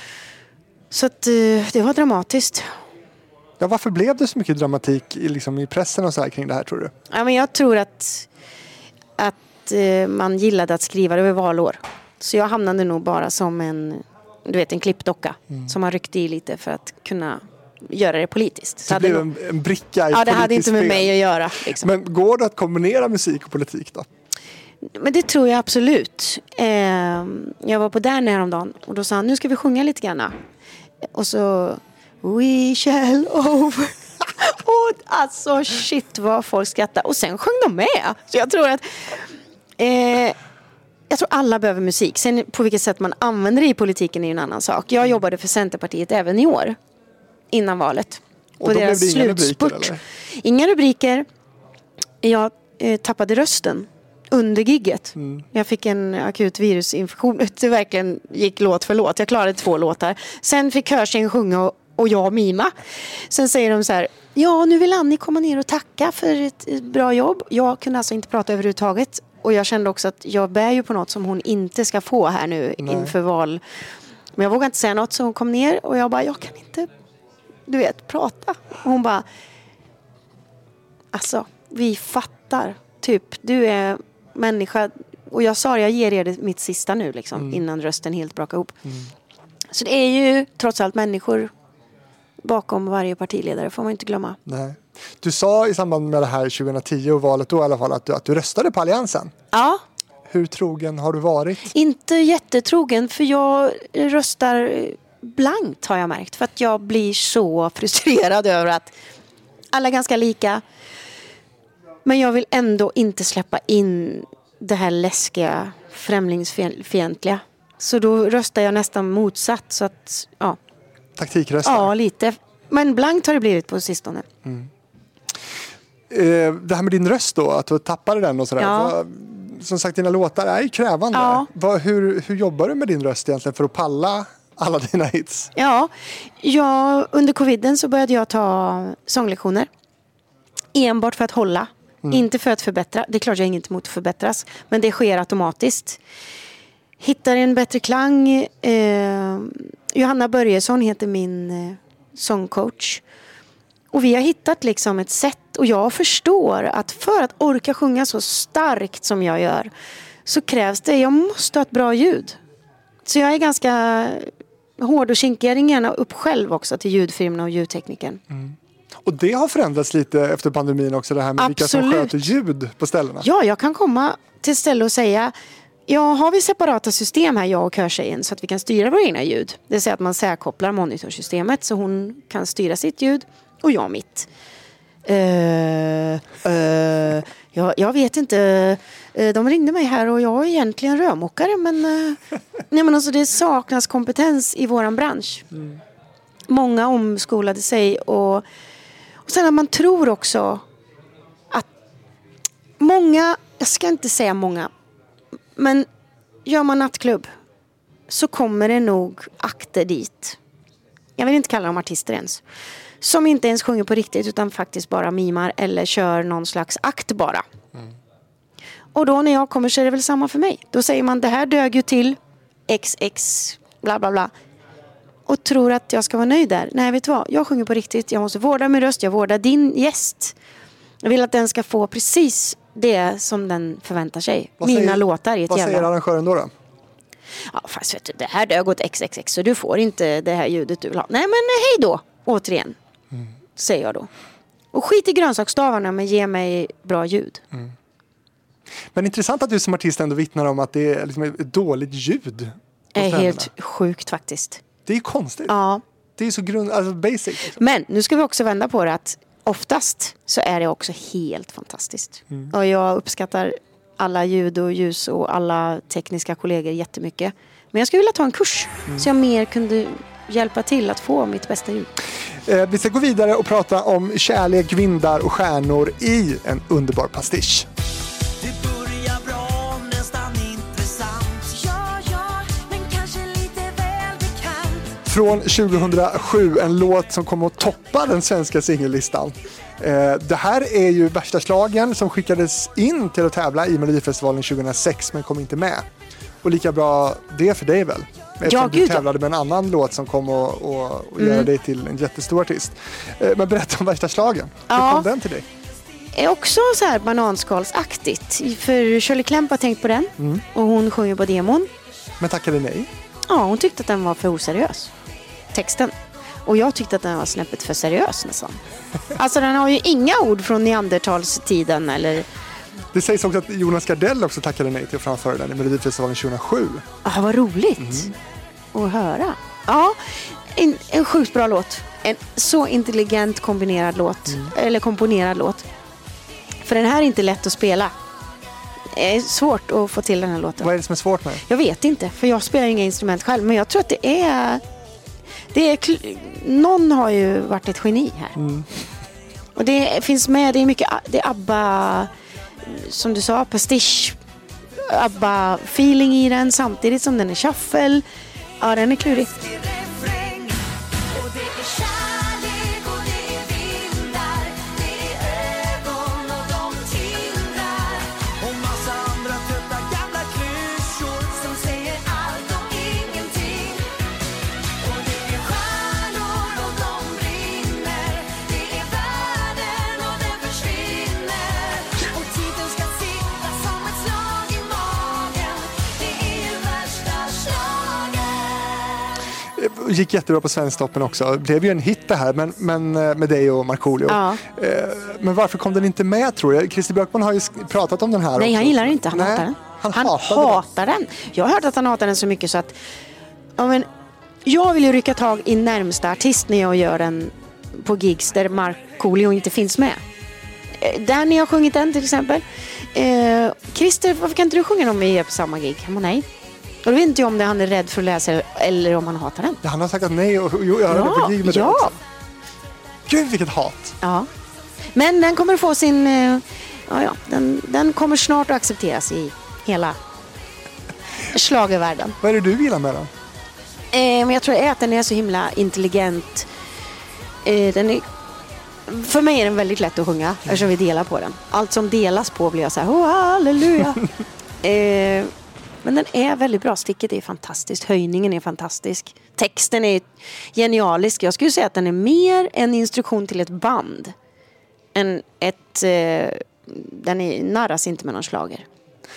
Så att, eh, det var dramatiskt. Ja, varför blev det så mycket dramatik i, liksom, i pressen och så här kring det här, tror du? Ja, men jag tror att, att eh, man gillade att skriva det över valår. Så jag hamnade nog bara som en, du vet, en klippdocka. Mm. Som man ryckte i lite för att kunna göra det politiskt. Så, så det blev en, en bricka i ja, det hade inte med spel. mig att göra. Liksom. Men går det att kombinera musik och politik då? Men det tror jag absolut. Eh, jag var på Danny häromdagen och då sa han, nu ska vi sjunga lite grann. Och så, we shall over. Och alltså shit vad folk skrattar. Och sen sjöng de med. Så jag tror att eh, jag tror alla behöver musik. Sen på vilket sätt man använder det i politiken är ju en annan sak. Jag jobbade för Centerpartiet även i år. Innan valet. Och då blev det inga rubriker eller? Inga rubriker. Jag eh, tappade rösten under gigget. Mm. Jag fick en akut virusinfektion. Det verkligen gick låt för låt. Jag klarade två låtar. Sen fick Hörsen sjunga och, och jag mima. Sen säger de så här, ja nu vill Annie komma ner och tacka för ett, ett bra jobb. Jag kunde alltså inte prata överhuvudtaget. Och jag kände också att jag bär ju på något som hon inte ska få här nu. Nej. Inför val. Men jag vågade inte säga något, så hon kom ner och jag bara, jag kan inte, du vet, prata. Och hon bara, alltså, vi fattar. Typ, du är människa. Och jag sa, jag ger er det mitt sista nu liksom, mm. innan rösten helt brakade ihop. Mm. Så det är ju trots allt människor bakom varje partiledare, får man inte glömma. Nej. Du sa i samband med det här tjugohundratio och valet då i alla fall att du, att du röstade på Alliansen. Ja. Hur trogen har du varit? Inte jättetrogen, för jag röstar blankt har jag märkt. För att jag blir så frustrerad över att alla är ganska lika. Men jag vill ändå inte släppa in det här läskiga, främlingsfientliga. Så då röstar jag nästan motsatt. Så att, ja. Taktikröstar? Ja, lite. Men blankt har det blivit på sistone. Mm. Eh, det här med din röst då, att du tappade den och sådär. Ja. Vad, som sagt, dina låtar är krävande. Ja. Vad, hur, hur jobbar du med din röst egentligen för att palla alla dina hits? Ja, jag, under coviden så började jag ta sånglektioner. Enbart för att hålla. Mm. Inte för att förbättra. Det är klart jag är inget emot att förbättras. Men det sker automatiskt. Hittar en bättre klang. Eh, Johanna Börjesson heter min eh, sångcoach. Och vi har hittat liksom ett sätt. Och jag förstår att för att orka sjunga så starkt som jag gör. Så krävs det, jag måste ha ett bra ljud. Så jag är ganska hård och kinkig. Jag ringer gärna upp själv också till ljudfirmorna och ljudtekniken. Mm. Och det har förändrats lite efter pandemin också, det här med Absolut. Vilka som sköter ljud på ställena. Ja, jag kan komma till ställe och säga, ja, har vi separata system här, jag och körtjejen, så att vi kan styra våra egna ljud. Det vill säga att man särkopplar monitorsystemet så hon kan styra sitt ljud och jag mitt. Uh, uh, jag, jag vet inte. Uh, de ringde mig här och jag är egentligen rörmokare, men, uh, nej, men alltså, det saknas kompetens i våran bransch. Mm. Många omskolade sig och, och sen att man tror också att många, jag ska inte säga många, men gör man nattklubb så kommer det nog akter dit. Jag vill inte kalla dem artister ens. Som inte ens sjunger på riktigt utan faktiskt bara mimar eller kör någon slags akt bara. Mm. Och då när jag kommer så är det väl samma för mig. Då säger man, det här dög ju till X X bla bla bla. Och tror att jag ska vara nöjd där. Nej, vet du vad? Jag sjunger på riktigt. Jag måste vårda min röst. Jag vårdar din gäst. Jag vill att den ska få precis det som den förväntar sig. Vad Mina säger, låtar i ett vad jävla... Vad säger arrangören då då? Ja, fast vet du, det här dög åt X X X så du får inte det här ljudet du vill ha. Nej, men hej då. Återigen. Mm. Säger jag då. Och skit i grönsaksstavarna, men ge mig bra ljud. Mm. Men intressant att du som artist ändå vittnar om att det är liksom ett dåligt ljud. Det är helt sjukt faktiskt. Det är ju konstigt. Ja. Det är så grund, alltså basic. Liksom. Men nu ska vi också vända på det att oftast så är det också helt fantastiskt. Mm. Och jag uppskattar alla ljud och ljus och alla tekniska kollegor jättemycket. Men jag skulle vilja ta en kurs mm. så jag mer kunde hjälpa till att få mitt bästa ljud. Eh, vi ska gå vidare och prata om kärlek, vindar och stjärnor i en underbar pastisch. Från tjugohundrasju, en låt som kommer att toppa den svenska singellistan. Eh, det här är ju värsta slagen som skickades in till att tävla i Melodifestivalen tjugohundrasex men kom inte med. Och lika bra det för dig väl? Eftersom ja, du tävlade med en annan låt som kom att och, och mm. göra dig till en jättestor artist. Eh, men berätta om värsta slagen. Hur ja. kom den till dig? Är också så här bananskalsaktigt. För Shirley Clamp har tänkt på den. Mm. Och hon sjunger på demon. Men tackade nej? Ja, hon tyckte att den var för oseriös. Texten. Och jag tyckte att den var snäppet för seriös nästan. Alltså den har ju inga ord från neandertalstiden eller... Det sägs också att Jonas Gardell också tackade nej till att framföra den i Melodifestivalen tjugohundrasju. Ja, vad roligt mm. att höra. Ja, en, en sjukt bra låt. En så intelligent kombinerad låt. Mm. Eller komponerad låt. För den här är inte lätt att spela. Det är svårt att få till den här låten. Vad är det som är svårt med? Jag vet inte, för jag spelar inga instrument själv. Men jag tror att det är... Det är någon har ju varit ett geni här. Mm. Och det finns med, det är mycket, det är ABBA, som du sa, pastisch, ABBA-feeling i den samtidigt som den är shuffle. Ja, den är klurig. Gick jättebra på Svensktoppen också. Det blev ju en hit det här, men, men med dig och Markoolio. Ja. Men varför kom den inte med, tror jag? Christer Björkman har ju pratat om den här. Nej, också. han gillar inte. Han Nej, hatar den. Han, han hatar den. den. Jag har hört att han hatar den så mycket så att ja, men, jag vill ju rycka tag i närmsta artist när jag gör den på gigs där Markoolio inte finns med. Där ni har sjungit den till exempel. Eh, Christer, varför kan inte du sjunga om vi är på samma gig? Han bara, nej. Och då vet inte jag om det han är rädd för att läsa eller om han hatar den. Ja, han har sagt nej och, och göra ja, det på gig med ja. det. Gud, vilket hat. Ja. Men den kommer få sin... Ja, ja, den, den kommer snart att accepteras i hela schlagervärlden. Vad är det du gillar med den? Eh, men jag tror att den är så himla intelligent. Eh, den är... För mig är den väldigt lätt att sjunga eftersom vi delar på den. Allt som delas på blir jag så här, oh, halleluja. eh, men den är väldigt bra. Sticket är fantastiskt. Höjningen är fantastisk. Texten är genialisk. Jag skulle säga att den är mer en instruktion till ett band än ett... Eh, den är, narras inte med någon slager.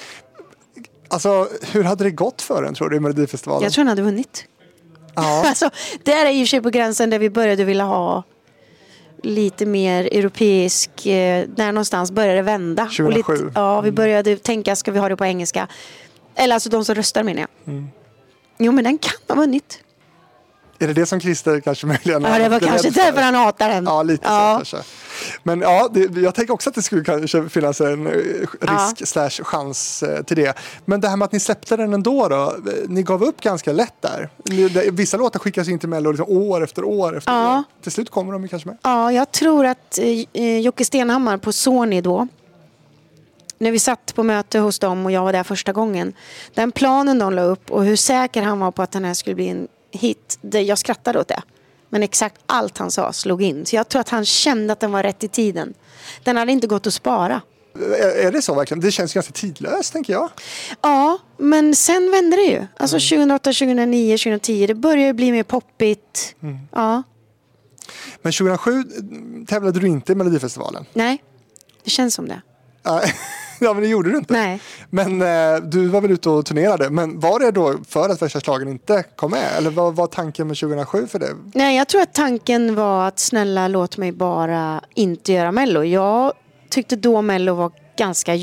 Alltså, hur hade det gått för den, tror du, i Melodifestivalen? Jag tror den hade vunnit. Ja. Alltså, det är i och för sig på gränsen där vi började vilja ha lite mer europeisk, eh, när någonstans började vända. tjugohundrasju. Och lite, ja, vi började tänka, ska vi ha det på engelska? Eller alltså de som röstar, menar jag. Mm. Jo, men den kan ha vunnit. Är det det som Christer kanske möjligen... Ja, det var kanske därför han hatar den. Ja, lite ja. så kanske. Men ja, det, jag tänker också att det skulle kanske finnas en risk ja. slash chans till det. Men det här med att ni släppte den ändå då, ni gav upp ganska lätt där. Vissa låtar skickas inte med liksom år efter år efter ja. år. Till slut kommer de kanske med. Ja, jag tror att eh, Jocke Stenhammar på Sony då, när vi satt på möte hos dem och jag var där första gången, den planen de la upp och hur säker han var på att den här skulle bli en hit, det, jag skrattade åt det. Men exakt allt han sa slog in. Så jag tror att han kände att den var rätt i tiden. Den hade inte gått att spara. Är, är det så verkligen? Det känns ganska tidlöst, tänker jag. Ja, men sen vände det ju. Alltså mm. tjugohundraåtta, tjugohundranio, tjugohundratio, det började bli mer poppigt. Mm. Ja. Men tjugohundrasju tävlade du inte i Melodifestivalen? Nej, det känns som det. Ja, men det gjorde du inte. Nej. Men eh, du var väl ute och turnerade. Men var det då för att värsta slagen inte kom med? Eller vad var tanken med tjugohundrasju för det? Nej, jag tror att tanken var att snälla låt mig bara inte göra Mello. Jag tyckte då Mello var ganska jobbigt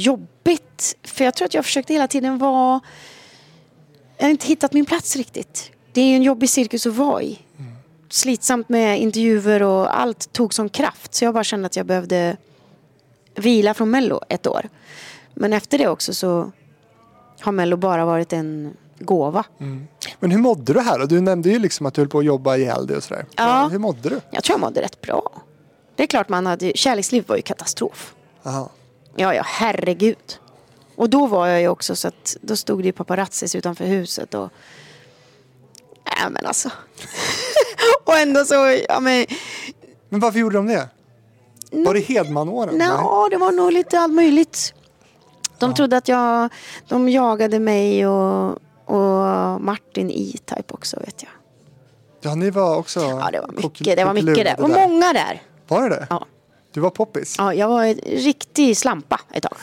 jobbigt. För jag tror att jag försökte hela tiden vara... Jag har inte hittat min plats riktigt. Det är en jobbig cirkus att vara i. Mm. Slitsamt med intervjuer och allt tog som kraft. Så jag bara kände att jag behövde vila från Mello ett år. Men efter det också så har Mello bara varit en gåva. Mm. Men hur mådde du här? Du nämnde ju liksom att du höll på att jobba ihjäl dig och sådär. Ja. Hur mådde du? Jag tror jag mådde rätt bra. Det är klart man hade... Kärleksliv var ju katastrof. Aha. Ja, ja, herregud. Och då var jag ju också så att då stod det ju paparazzis utanför huset och... Ja, men alltså. Och ändå så... Ja, men... men varför gjorde de det? N- var det Hedman-åren? Ja, det var nog lite allt möjligt. De ja. trodde att jag... De jagade mig och, och Martin E-Type också, vet jag. Ja, ni var också... Ja, det var mycket. Det var mycket där. Det var många där. Var det det? Ja. Du var poppis? Ja, jag var en riktig slampa ett tag.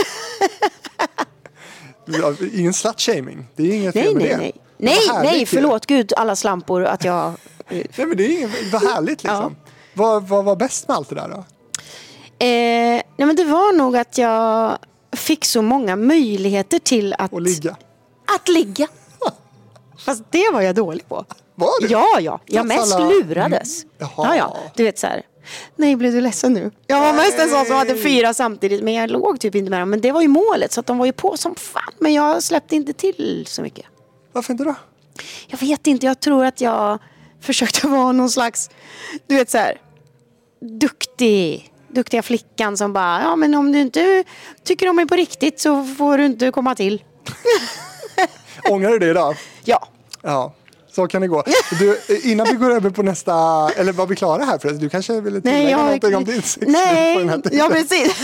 Ingen slut-shaming. Det är inget nej, fel med nej, det. Nej, nej, nej, förlåt Gud, alla slampor att jag... nej, men det är inget... Vad härligt liksom. Ja. Vad, vad var bäst med allt det där då? Eh, nej, men det var nog att jag fick så många möjligheter till att... Och ligga. Att ligga. Fast det var jag dålig på. Var det? Ja, ja. Jag mest alla... lurades. Jaha. Ja, ja. Du vet så här... Nej, blev du ledsen nu? Jag var mest en sån som hade fyra samtidigt. Men jag låg typ inte med dem. Men det var ju målet. Så att de var ju på som fan. Men jag släppte inte till så mycket. Varför inte då? Jag vet inte. Jag tror att jag försökte vara någon slags... Du vet så här... Duktig... Duktiga flickan som bara... Ja, men om du inte tycker om mig på riktigt så får du inte komma till. Ångrar du det idag? Ja. Ja. Så kan det gå. Du, innan vi går över på nästa... Eller var vi klara här? För du kanske ville tillägga nej, jag, någonting om din sex. Nej, ja precis.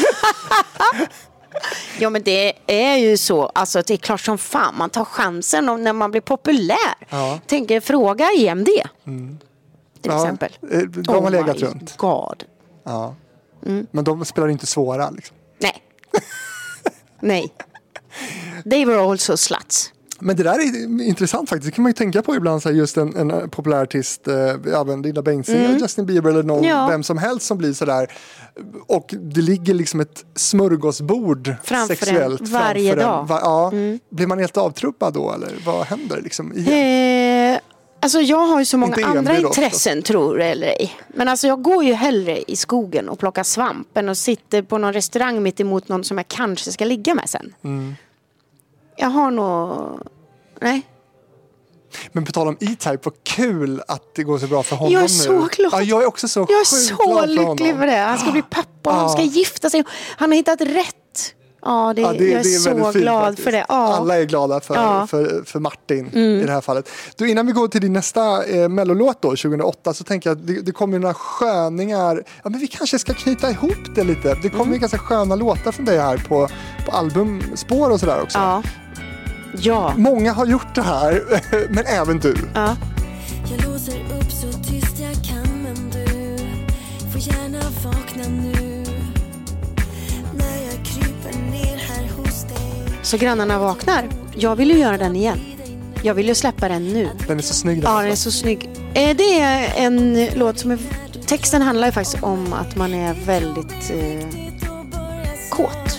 Ja, men det är ju så. Alltså, det är klart som fan. Man tar chansen om när man blir populär. Ja. Tänker, fråga E M D. Mm. Till ja, exempel. De har oh legat runt. Oh God. Ja. Mm. Men de spelar inte svåra liksom. Nej. Nej. They were also sluts. Men det där är intressant faktiskt. Det kan man ju tänka på ibland. Så här, just en, en populär artist, äh, Linda Bengtzing mm. Justin Bieber eller någon, ja. vem som helst som blir sådär. Och det ligger liksom ett smörgåsbord framför sexuellt. En, varje framför dag. En. Va, ja. mm. Blir man helt avtruppad då? Eller vad händer liksom? Igen? Eh, alltså jag har ju så många andra intressen då, tror eller ej. Men alltså jag går ju hellre i skogen och plockar svampen och sitter på någon restaurang mitt emot någon som jag kanske ska ligga med sen. Mm. Jag har nog... Nej. Men på tal om E-Type, vad kul att det går så bra för honom nu. Jag är så nu. glad. Ja, jag är också så Jag är så lycklig för det. Han ska bli pappa och han ska gifta sig. Han har hittat rätt. Ja, det, ja, det, jag är, det är så glad faktiskt. För det. Ja. Alla är glada för, ja. för, för Martin mm. i det här fallet. Du, innan vi går till din nästa eh, mellolåt då, tjugohåtta, så tänker jag att det, det kommer några sköningar. Ja, men vi kanske ska knyta ihop det lite. Det kommer mm. ganska sköna låtar från dig här på, på albumspår och sådär också. Ja. Ja. Många har gjort det här, men även du. Ja. Jag låser upp så tyst jag kan, men du får gärna vakna nu när jag kryper ner här hos dig. Så grannarna vaknar. Jag vill ju göra den igen. Jag vill ju släppa den nu. Den är så snygg. Ja, den är så snygg. Det är en låt som är... Texten handlar ju faktiskt om att man är väldigt eh, kåt.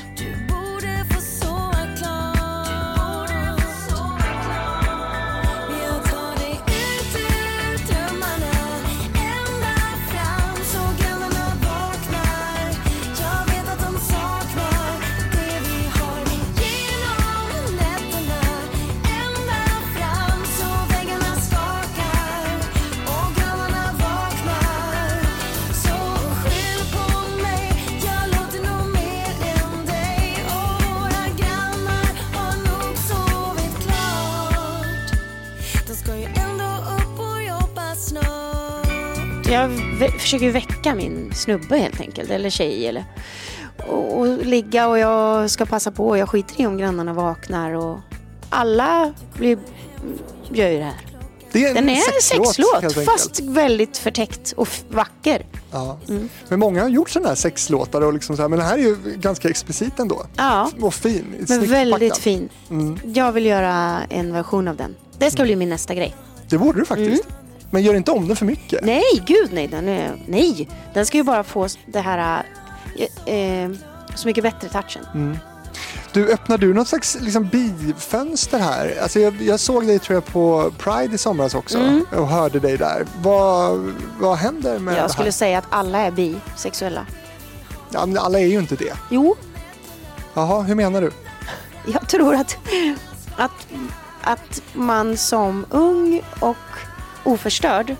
Jag v- försöker väcka min snubbe helt enkelt, eller tjej eller och, och ligga och jag ska passa på och jag skiter i om grannarna vaknar och alla blir, gör ju det här. Det är en Den är en sexlåt, sexlåt fast väldigt förtäckt och f- vacker. Ja. Mm. Men många har gjort sådana här sexlåtar och liksom så här, men den här är ju ganska explicit ändå. Ja. Och fin. Men väldigt packad. Fin. Mm. Jag vill göra en version av den. Det ska bli min nästa grej. Det borde du faktiskt. Mm. Men gör inte om den för mycket. Nej, gud nej. Den, är, nej. Den ska ju bara få det här äh, äh, så mycket bättre touchen. Mm. Du, öppnar du något slags liksom, bifönster här? Alltså, jag, jag såg dig tror jag på Pride i somras också mm. och hörde dig där. Vad, vad händer med Jag det skulle här? säga att alla är bisexuella. Ja, men alla är ju inte det. Jo. Jaha, hur menar du? Jag tror att, att, att man som ung och oförstörd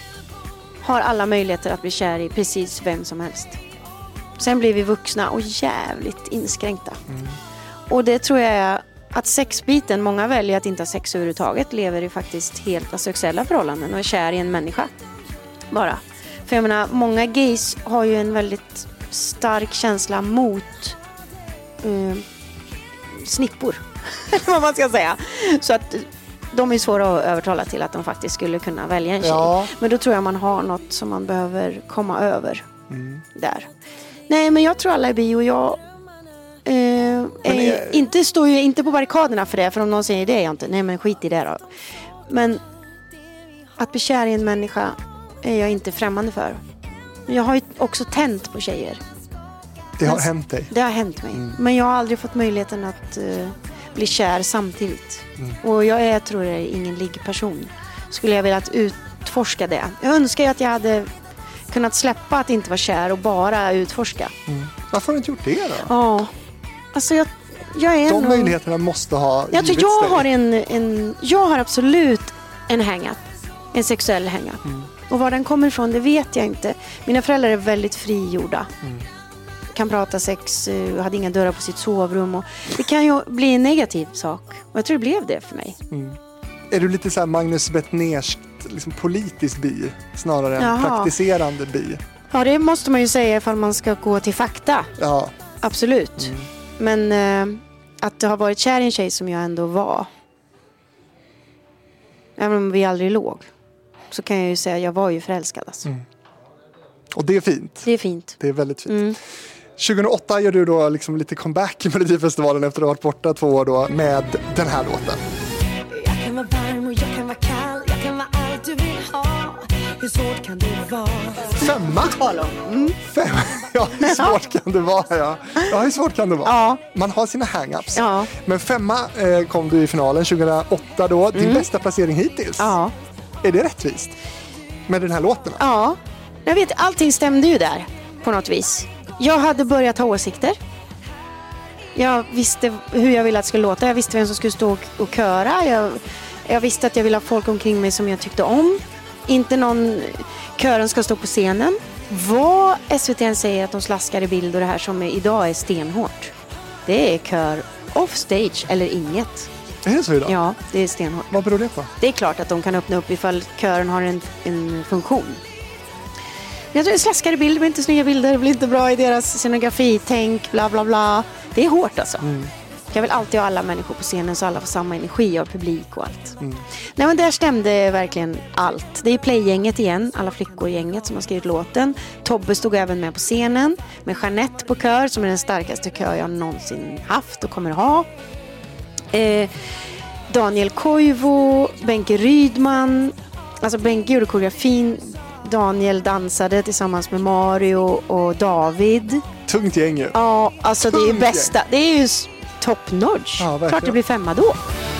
har alla möjligheter att bli kär i precis vem som helst. Sen blir vi vuxna och jävligt inskränkta. Mm. Och det tror jag är att sexbiten, många väljer att inte ha sex överhuvudtaget, lever i faktiskt helt asexuella förhållanden och är kär i en människa. Bara. För jag menar, många gays har ju en väldigt stark känsla mot uh, snippor. vad man ska säga. Så att de är svåra att övertala till att de faktiskt skulle kunna välja en tjej. Ja. Men då tror jag man har något som man behöver komma över mm. där. Nej, men jag tror alla är bi och jag eh, är, är... Inte, står ju inte på barrikaderna för det. För om någon säger det är jag inte. Nej, men skit i det då. Men att bli kär i en människa är jag inte främmande för. Jag har ju också tänt på tjejer. Det har men, hänt dig? Det har hänt mig. Mm. Men jag har aldrig fått möjligheten att uh, bli kär samtidigt. Mm. Och jag är, tror jag, ingen liggperson. Skulle jag vilja utforska det. Jag önskar ju att jag hade kunnat släppa att inte vara kär och bara utforska. Mm. Varför har du inte gjort det då? Ja, alltså jag, jag är De nog... möjligheterna måste ha jag tror jag har en, en Jag har absolut en hang-up. En sexuell hang-up. Mm. Och var den kommer ifrån, det vet jag inte. Mina föräldrar är väldigt frigjorda. Mm. Kan prata sex, hade inga dörrar på sitt sovrum. Och det kan ju bli en negativ sak. Och jag tror det blev det för mig. Mm. Är du lite så här Magnus Bettnerskt liksom politisk bi snarare än Jaha. praktiserande bi? Ja, det måste man ju säga ifall man ska gå till fakta. Ja. Absolut. Mm. Men eh, att det har varit kär i en tjej som jag ändå var. Även om vi aldrig låg. Så kan jag ju säga att jag var ju förälskad. Alltså. Mm. Och det är fint. Det är fint. Det är väldigt fint. Mm. tjugohundraåtta gör du då liksom lite comeback i Melodifestivalen efter att ha varit borta två år då med den här låten. Jag kan vara varm och jag kan vara kall. Jag kan vara allt du vill ha. Hur svårt kan det vara? Femma? Mm. Fem. Ja, hur svårt kan det vara? Ja, ja hur svårt kan det vara? Ja. Man har sina hang-ups. Ja. Men femma eh, kom du i finalen tjugohundraåtta då. Din mm. bästa placering hittills. Ja. Är det rättvist? Med den här låten? Ja. Jag vet, allting stämde ju där på något vis. Jag hade börjat ha åsikter. Jag visste hur jag ville att det skulle låta. Jag visste vem som skulle stå och köra. Jag, jag visste att jag ville ha folk omkring mig som jag tyckte om. Inte någon kören ska stå på scenen. Vad S V T säger att de slaskar i bild och det här som är, idag är stenhårt. Det är kör off stage eller inget. Är det så idag? Ja, det är stenhårt. Vad beror det på? Det är klart att de kan öppna upp ifall kören har en, en funktion. Jag tror det slaskar i bild, det blir inte snygga bilder, det blir inte bra i deras scenografi, tänk, bla bla bla. Det är hårt alltså. Mm. Jag vill alltid ha alla människor på scenen så alla får samma energi av publik och allt. Mm. Nej, men där stämde verkligen allt. Det är Play-gänget igen, alla flickor i gänget som har skrivit låten. Tobbe stod även med på scenen med Jeanette på kör som är den starkaste kör jag någonsin haft och kommer ha. Eh, Daniel Koivu, Benke Rydman. Alltså Benke gjorde koreografin. Daniel dansade tillsammans med Mario och David. Tungt gäng ju. Ja, alltså Tungt det är bästa. Gäng. Det är ju top notch. Ja, klart det blir femma då.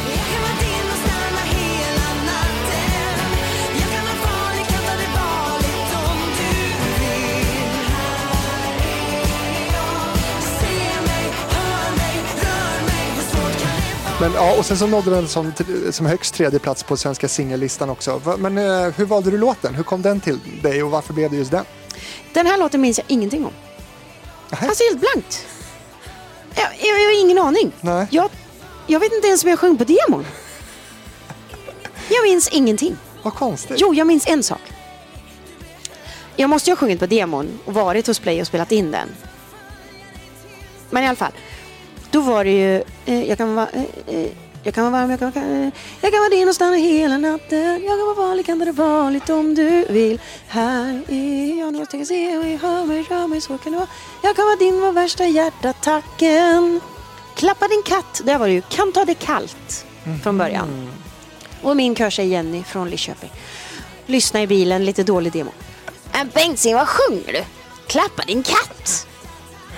Men, ja, och sen så nådde den som, som högst tredje plats på svenska singellistan också. Men eh, hur valde du låten? Hur kom den till dig och varför blev det just den? Den här låten minns jag ingenting om. Aha. Alltså helt blankt. Jag, jag, jag har ingen aning. Nej. Jag, jag vet inte ens om jag sjöng på demon. Jag minns ingenting. Vad konstigt. Jo, jag minns en sak. Jag måste ju ha sjungit på demon och varit hos Play och spelat in den. Men i alla fall. Då var det ju eh, jag kan vara eh, eh, jag kan vara varm, jag kan vara eh, jag kan vara din och stanna hela natten. Jag kan vara vanlig, kan det vara vanligt om du vill. Här är jag, nu ska jag se och jag hör mig, rör mig, så kan det vara. Jag kan vara din, var värsta hjärtattacken. Klappa din katt, där var det ju kan ta det kallt mm. från början. Mm. Och min körtjej Jenny från Lidköping. Lyssna i bilen, lite dålig demo. Men Bengtzing, vad sjunger du? Klappa din katt.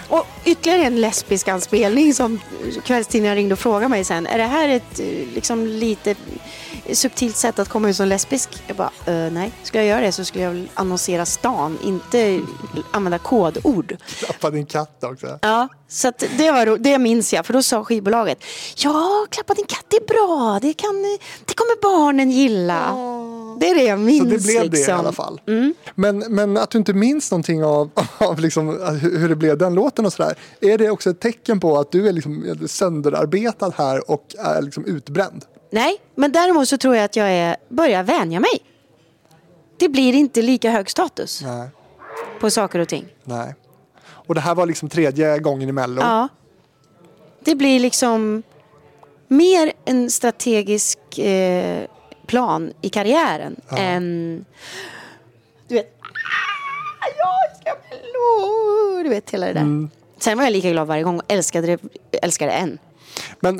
Och ytterligare en lesbisk anspelning som kvällstidningen ringde och frågade mig sen. Är det här ett liksom lite subtilt sätt att komma ut som lesbisk? Jag bara, uh, nej. Skulle jag göra det så skulle jag annonsera stan, inte använda kodord. Klappa din katt också. Ja, så att det, var, det minns jag. För då sa skivbolaget, ja, klappa din katt, det är bra. Det, kan, det kommer barnen gilla. Oh. Det är det jag minns. Så det blev liksom. det i alla fall. Mm. Men, men att du inte minns någonting av, av liksom, hur det blev den låten och sådär. Är det också ett tecken på att du är liksom sönderarbetad här och är liksom utbränd? Nej, men däremot så tror jag att jag är, börjar vänja mig. Det blir inte lika hög status. Nej. På saker och ting. Nej. Och det här var liksom tredje gången i Mello. Ja. Det blir liksom mer en strategisk eh, plan i karriären ja. än du vet, jag ska Mello, du vet hela det där. Mm. Sen var jag lika glad varje gång och älskade det, älskade det än. Men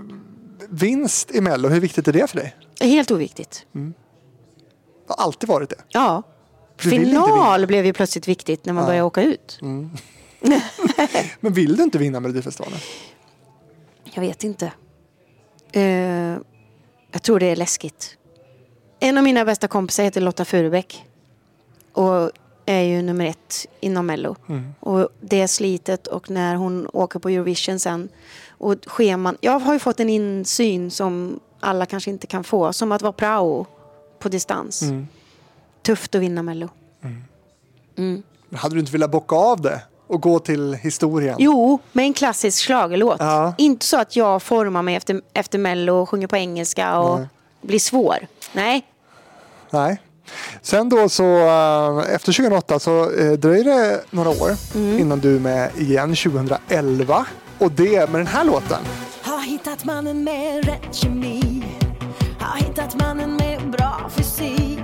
vinst i Mello, hur viktigt är det för dig? Helt oviktigt. Mm. Det har alltid varit det. Ja. Du Final blev ju plötsligt viktigt när man ja. började åka ut. Mm. Men vill du inte vinna Melodifestivalen? Jag vet inte. Uh, jag tror det är läskigt. En av mina bästa kompisar heter Lotta Furubäck. Och är ju nummer ett inom Mello. Mm. Och det är slitet och när hon åker på Eurovision sen. Och scheman. Jag har ju fått en insyn som alla kanske inte kan få. Som att vara prao på distans. Mm. Tufft att vinna Mello. Mm. Mm. Hade du inte velat bocka av det? Och gå till historien? Jo, med en klassisk schlagerlåt. Ja. Inte så att jag formar mig efter, efter Mello och sjunger på engelska och Nej. blir svår. Nej. Nej. Sen då så, efter tjugohundraåtta så eh, dröjer det några år mm. innan du är med igen tjugohundraelva. Och det med den här låten. Har hittat mannen med rätt kemi. Har hittat mannen med bra fysik.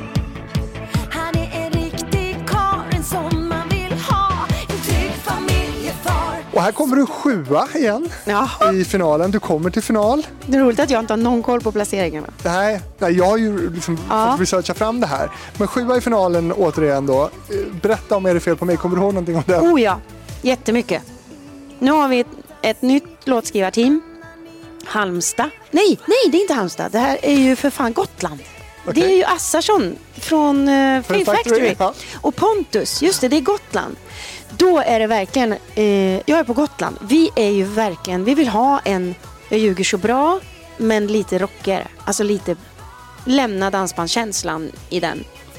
Han är en riktig karl, en sån man vill ha. En trygg familjefar. Och här kommer du sjua igen Jaha. i finalen. Du kommer till final. Det är roligt att jag inte har någon koll på placeringarna. Nej, nej jag har ju liksom ja. fått researcha fram det här. Men sjua i finalen återigen då. Berätta om Är det fel på mig? Kommer du ihåg någonting om det? Oh ja, jättemycket. Nu har vi ett, ett nytt låtskrivarteam. Halmstad. Nej, nej, det är inte Halmstad. Det här är ju för fan Gotland. Okay. Det är ju Assarsson från uh, Fame Factory. Ja. Och Pontus, just det, det är Gotland. Då är det verkligen, eh, jag är på Gotland. Vi är ju verkligen, vi vill ha en, jag ljuger så bra, men lite rockigare. Alltså lite lämna dansbandskänslan i den.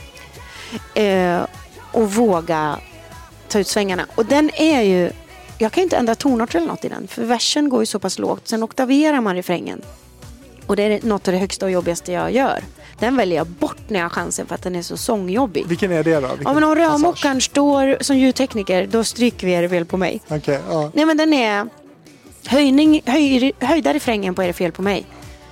Eh, och våga ta ut svängarna. Och den är ju, jag kan ju inte ändra tonart eller något i den. För versen går ju så pass lågt. Sen oktaverar man refrängen. Och det är något av det högsta och jobbigaste jag gör. Den väljer jag bort när jag har chansen för att den är så sångjobbig. Vilken är det då? Vilken ja, men om rörmokaren står som ljudtekniker, då stryker vi Är det fel på mig. Okej, okay, ja. Nej, men den är höjning, höj, höjda refrängen på Är det fel på mig.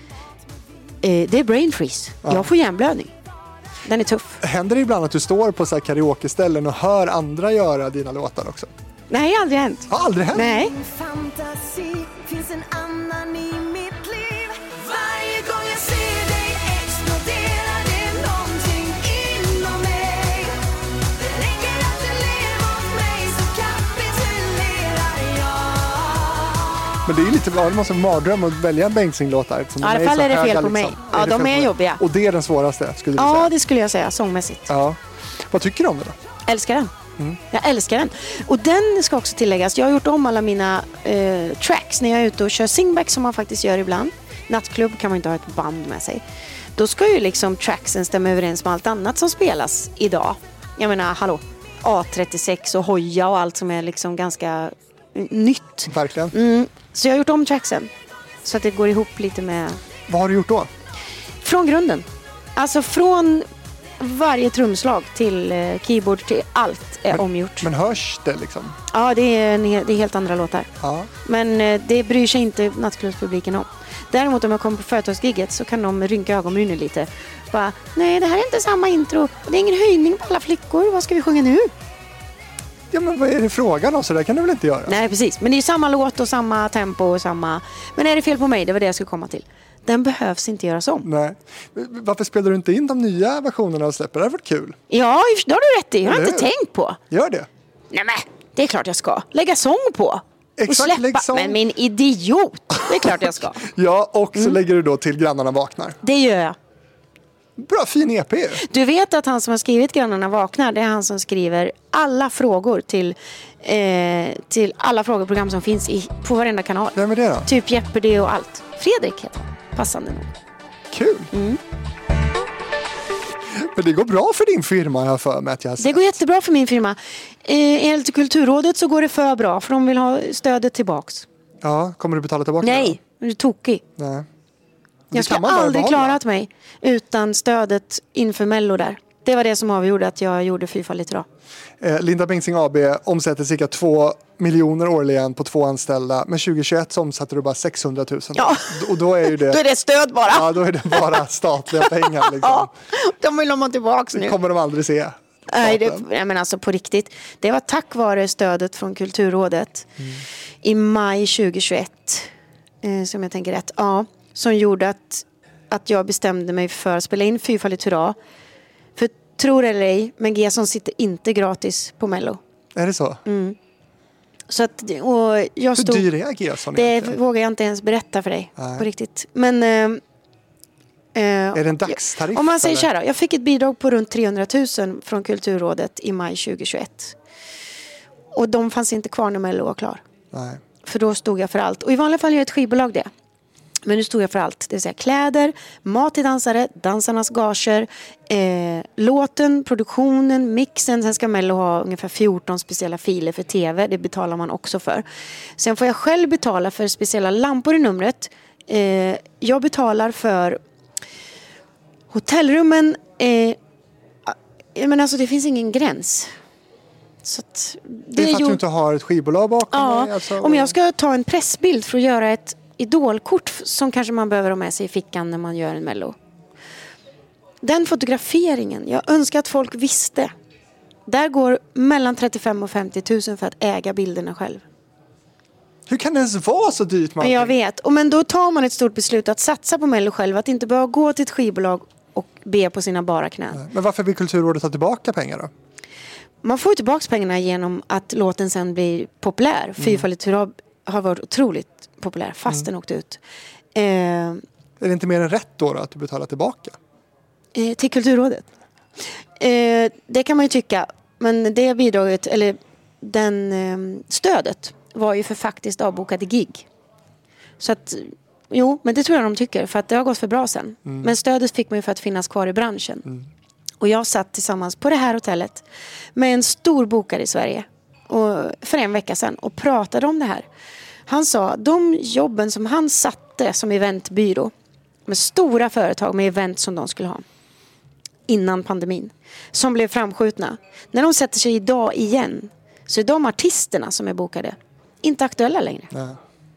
Eh, det är brain freeze. Ja. Jag får hjärnblödning. Den är tuff. Händer det ibland att du står på så här karaoke-ställen och hör andra göra dina låtar också? Nej, aldrig hänt. Har aldrig hänt? Nej. Fantasi finns en annan i mitt liv. Varje gång jag ser dig exploderar det någonting inom mig. Det räcker att du ler mot mig så kapitulerar jag. Men det är ju lite bra, det måste vara en mardröm att välja en Bengtzing-låt där. Ja, i alla fall är det fel på mig. Liksom. Ja, är de är jobbiga. Och det är den svåraste, skulle du ja, säga? Ja, det skulle jag säga, sångmässigt. Ja. Vad tycker du om det då? Älskar den. Mm. Jag älskar den. Och den ska också tilläggas. Jag har gjort om alla mina eh, tracks när jag är ute och kör singback som man faktiskt gör ibland. Nattklubb kan man inte ha ett band med sig. Då ska ju liksom tracksen stämma överens med allt annat som spelas idag. Jag menar, hallå, A trettiosex och Hoja och allt som är liksom ganska nytt. Verkligen. Mm. Så jag har gjort om tracksen så att det går ihop lite med... Vad har du gjort då? Från grunden. Alltså från varje trumslag till eh, keyboard till allt är men, omgjort. Men hörs det liksom? Ja, det är, det är helt andra låtar. Ja. Men eh, det bryr sig inte nattklubbspubliken om. Däremot om jag kommer på företagsgigget så kan de rynka ögonbrynen lite. Bara, nej det här är inte samma intro. Det är ingen höjning på alla flickor. Vad ska vi sjunga nu? Ja, men vad är det frågan om? Så där kan du väl inte göra? Nej, precis. Men det är samma låt och samma tempo och samma... Men är det fel på mig? Det var det jag skulle komma till. Den behövs inte göras om. Nej. Varför spelar du inte in de nya versionerna och släpper? Det har varit kul. Ja, det har du rätt i. Jag har inte tänkt på. Gör det. Nej, men. Det är klart jag ska. Lägga sång på. Exakt, och släppa. lägg sång. Men min idiot. Det är klart jag ska. Ja, och så mm. lägger du då till Grannarna vaknar. Det gör jag. Bra, fin E P. Du vet att han som har skrivit Grannarna vaknar, det är han som skriver alla frågor till, eh, till alla frågeprogram som finns i, på varenda kanal. Vem är det då? Typ Jeopardy och allt. Fredrik heter han. Passande nog. Kul. Mm. Men det går bra för din firma, jag har för mig att jag har sett. Det går jättebra för min firma. Eh, enligt Kulturrådet så går det för bra, för de vill ha stödet tillbaks. Ja, kommer du betala tillbaka? Nej, du är tokig. Nej. Jag skulle aldrig klarat mig utan stödet inför Mello där. Det var det som avgjorde att jag gjorde Fyrfaldigt idag. Eh, Linda Bengtzing A B omsätter cirka två miljoner årligen på två anställda. Men tjugohundratjugoett så omsatte du bara sexhundratusen. Ja. Och då är ju det... då är det stöd bara. Ja, då är det bara statliga pengar. Liksom. Ja, de vill de ha tillbaka nu. Det kommer de aldrig se. Nej, det, jag menar alltså på riktigt. Det var tack vare stödet från Kulturrådet mm. i maj tjugohundratjugoett. Eh, som jag tänker rätt. Ja. Som gjorde att, att jag bestämde mig för att spela in Fyrfaldigt hurra. För tror eller ej, men Gesson sitter inte gratis på Mello. Är det så? Mm. Så att, och jag stod, hur dyr är Gesson det egentligen? vågar jag inte ens berätta för dig. Nej. På riktigt. Men... Eh, är det en dagstariff? Om man säger så här då, jag fick ett bidrag på runt trehundratusen från Kulturrådet i maj tjugohundratjugoett. Och de fanns inte kvar när Mello var klar. Nej. För då stod jag för allt. Och i vanliga fall gör ett skivbolag det. Men nu stod jag för allt. Det vill säga kläder, mat till dansare, dansarnas gager, eh, låten, produktionen, mixen. Sen ska Mello ha ungefär fjorton speciella filer för tv. Det betalar man också för. Sen får jag själv betala för speciella lampor i numret. Eh, jag betalar för hotellrummen. Eh, men alltså det finns ingen gräns. Så att det, det är för att gjort... du inte har ett skivbolag bakom ja, dig? Alltså, om jag ska ta en pressbild för att göra ett idolkort som kanske man behöver ha med sig i fickan när man gör en Mello. Den fotograferingen, jag önskar att folk visste. Där går mellan trettiofem och femtio tusen för att äga bilderna själv. Hur kan det ens vara så dyrt? Men jag vet. Och men då tar man ett stort beslut att satsa på Mello själv. Att inte behöva gå till ett skivbolag och be på sina bara knän. Men varför vill Kulturrådet ta tillbaka pengar då? Man får ju tillbaka pengarna genom att låten sen blir populär. Mm. Fyrfaldigt hurra har varit otroligt populär fast mm. den åkte ut. Eh, är det inte mer än rätt då, då att du betalar tillbaka? Eh, till Kulturrådet. Eh, det kan man ju tycka. Men det bidraget, eller den eh, stödet var ju för faktiskt avbokade gig. Så att, jo, men det tror jag de tycker. För att det har gått för bra sen. Mm. Men stödet fick man ju för att finnas kvar i branschen. Mm. Och jag satt tillsammans på det här hotellet med en stor bokare i Sverige och för en vecka sedan och pratade om det här. Han sa de jobben som han satte som eventbyrå med stora företag med event som de skulle ha innan pandemin som blev framskjutna. När de sätter sig idag igen så är de artisterna som är bokade inte aktuella längre. Nej.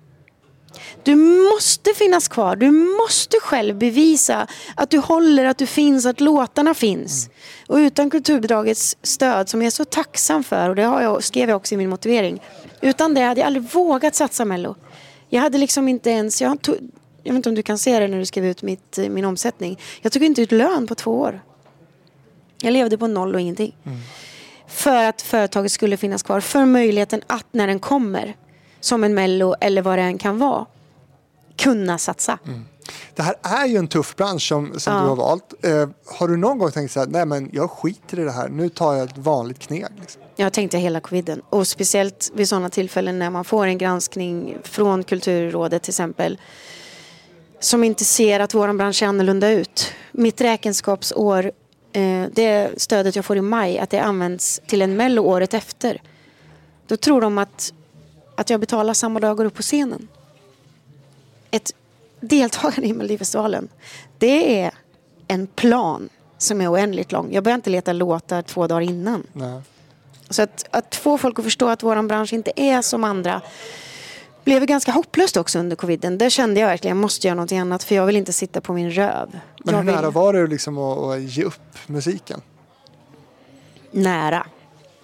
Du måste finnas kvar. Du måste själv bevisa att du håller, att du finns, att låtarna finns. Mm. Och utan kulturbidragets stöd som jag är så tacksam för, och det har jag, skrev jag också i min motivering. Utan det hade jag aldrig vågat satsa Mello. Jag hade liksom inte ens, jag, tog, jag vet inte om du kan se det när du skrev ut mitt, min omsättning. Jag tog inte ut lön på två år. Jag levde på noll och ingenting. Mm. För att företaget skulle finnas kvar. För möjligheten att när den kommer som en Mello eller vad det än kan vara kunna satsa. Mm. Det här är ju en tuff bransch som, som ja. du har valt. Eh, har du någon gång tänkt så här, nej men jag skiter i det här, nu tar jag ett vanligt kneg? Liksom. Jag tänkte hela coviden. Och speciellt vid sådana tillfällen när man får en granskning från Kulturrådet till exempel som inte ser att vår bransch är annorlunda ut. Mitt räkenskapsår, eh, det stödet jag får i maj, att det används till en Mello året efter. Då tror de att att jag betalar samma dag och går upp på scenen. Ett deltagande i Melodifestivalen. Det är en plan som är oändligt lång. Jag börjar inte leta låtar två dagar innan. Nej. Så att, att få folk att förstå att vår bransch inte är som andra blev ganska hopplöst också under coviden. Där kände jag verkligen, jag måste göra något annat för jag vill inte sitta på min röv. Men jag hur nära vill... var du liksom att, att ge upp musiken? Nära.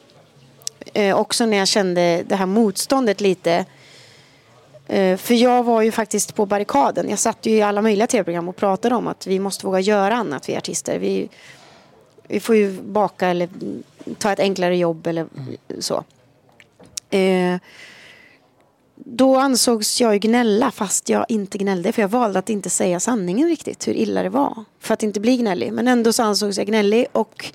Eh, också när jag kände det här motståndet lite. Eh, för jag var ju faktiskt på barrikaden. Jag satt ju i alla möjliga tv-program och pratade om att vi måste våga göra annat, vi artister. Vi, vi får ju baka eller ta ett enklare jobb eller mm. så. Eh, då ansågs jag gnälla fast jag inte gnällde. För jag valde att inte säga sanningen riktigt. Hur illa det var. För att inte bli gnällig. Men ändå så ansågs jag gnällig. Och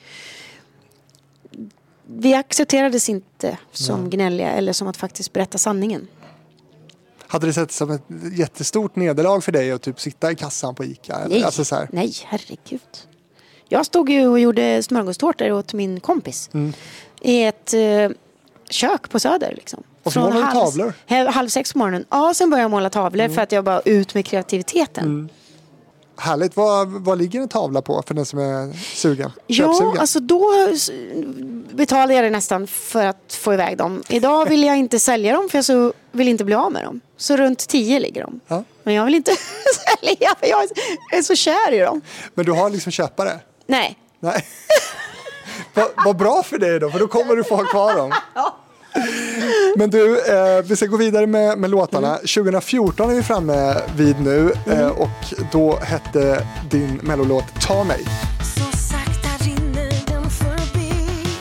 vi accepterades inte som mm. gnälliga. Eller som att faktiskt berätta sanningen. Hade det sett som ett jättestort nederlag för dig att typ sitta i kassan på ICA? Nej, alltså så här. nej herregud. Jag stod ju och gjorde smörgåstårtor åt min kompis. Mm. I ett eh, kök på Söder liksom. Och så målade du tavlor? Halv, halv sex på morgonen. Ja, sen började jag måla tavlor mm. för att jag bara ut med kreativiteten. Mm. Härligt. Vad, vad ligger en tavla på för den som är sugen? Ja, alltså då betalade jag det nästan för att få iväg dem. Idag vill jag inte sälja dem för jag så vill inte bli av med dem. Så runt tio ligger de. Ja. Men jag vill inte sälja för jag är så kär i dem. Men du har liksom köpare? Nej. Nej. Vad va bra för dig då, för då kommer du få ha kvar dem. Ja. Men du, eh, vi ska gå vidare med, med låtarna. Mm. tjugo fjorton är vi framme vid nu mm. eh, och då hette din mellolåt Ta mig. Så sakta rinner den förbi.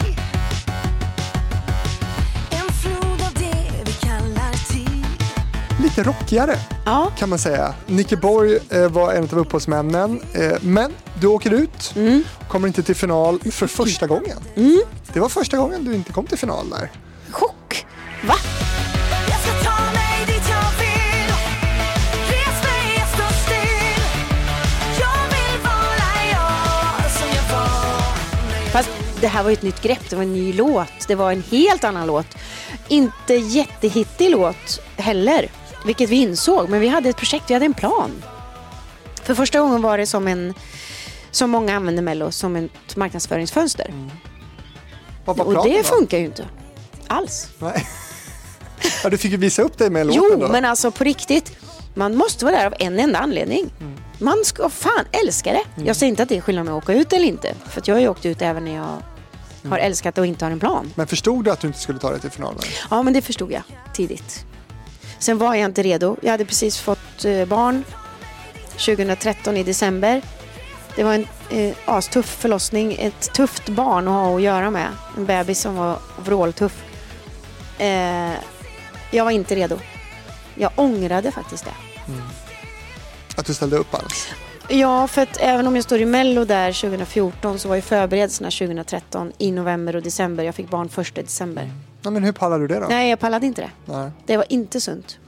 En flod av det vi kallar tid. Lite rockigare ja. kan man säga. Nicke Borg eh, var en av upphovsmännen. Eh, men du åker ut, mm. kommer inte till final för första gången. Mm. Det var första gången du inte kom till final där. Chock! Va? Jag ska ta mig dit jag vill. Res mig, jag står still. Jag vill vara jag som jag var. Fast det här var ju ett nytt grepp. Det var en ny låt. Det var en helt annan låt. Inte jättehittig låt heller. Vilket vi insåg. Men vi hade ett projekt, vi hade en plan. För första gången var det som en... Som många använder Mello som ett marknadsföringsfönster. Mm. Vad var och planen, det va? funkar ju inte. Alls. Nej. Ja, du fick ju visa upp dig med låten Jo, då. men alltså på riktigt. Man måste vara där av en enda anledning. Mm. Man ska fan älska det. Mm. Jag säger inte att det är skillnad med att åka ut eller inte. För att jag har ju åkt ut även när jag mm. har älskat det och inte har en plan. Men förstod du att du inte skulle ta dig till finalen? Ja, men det förstod jag tidigt. Sen var jag inte redo. Jag hade precis fått eh, barn tjugo tretton i december. Det var en eh, astuff förlossning. Ett tufft barn att ha att göra med. En bebis som var vråltuff. Eh, jag var inte redo. Jag ångrade faktiskt det. Mm. Att du ställde upp alls? Ja, för att även om jag står i Mello där tjugo fjorton så var ju förberedelserna tjugo tretton i november och december. Jag fick barn första december. Mm. Ja, men hur pallade du det då? Nej, jag pallade inte det. Nej. Det var inte sunt.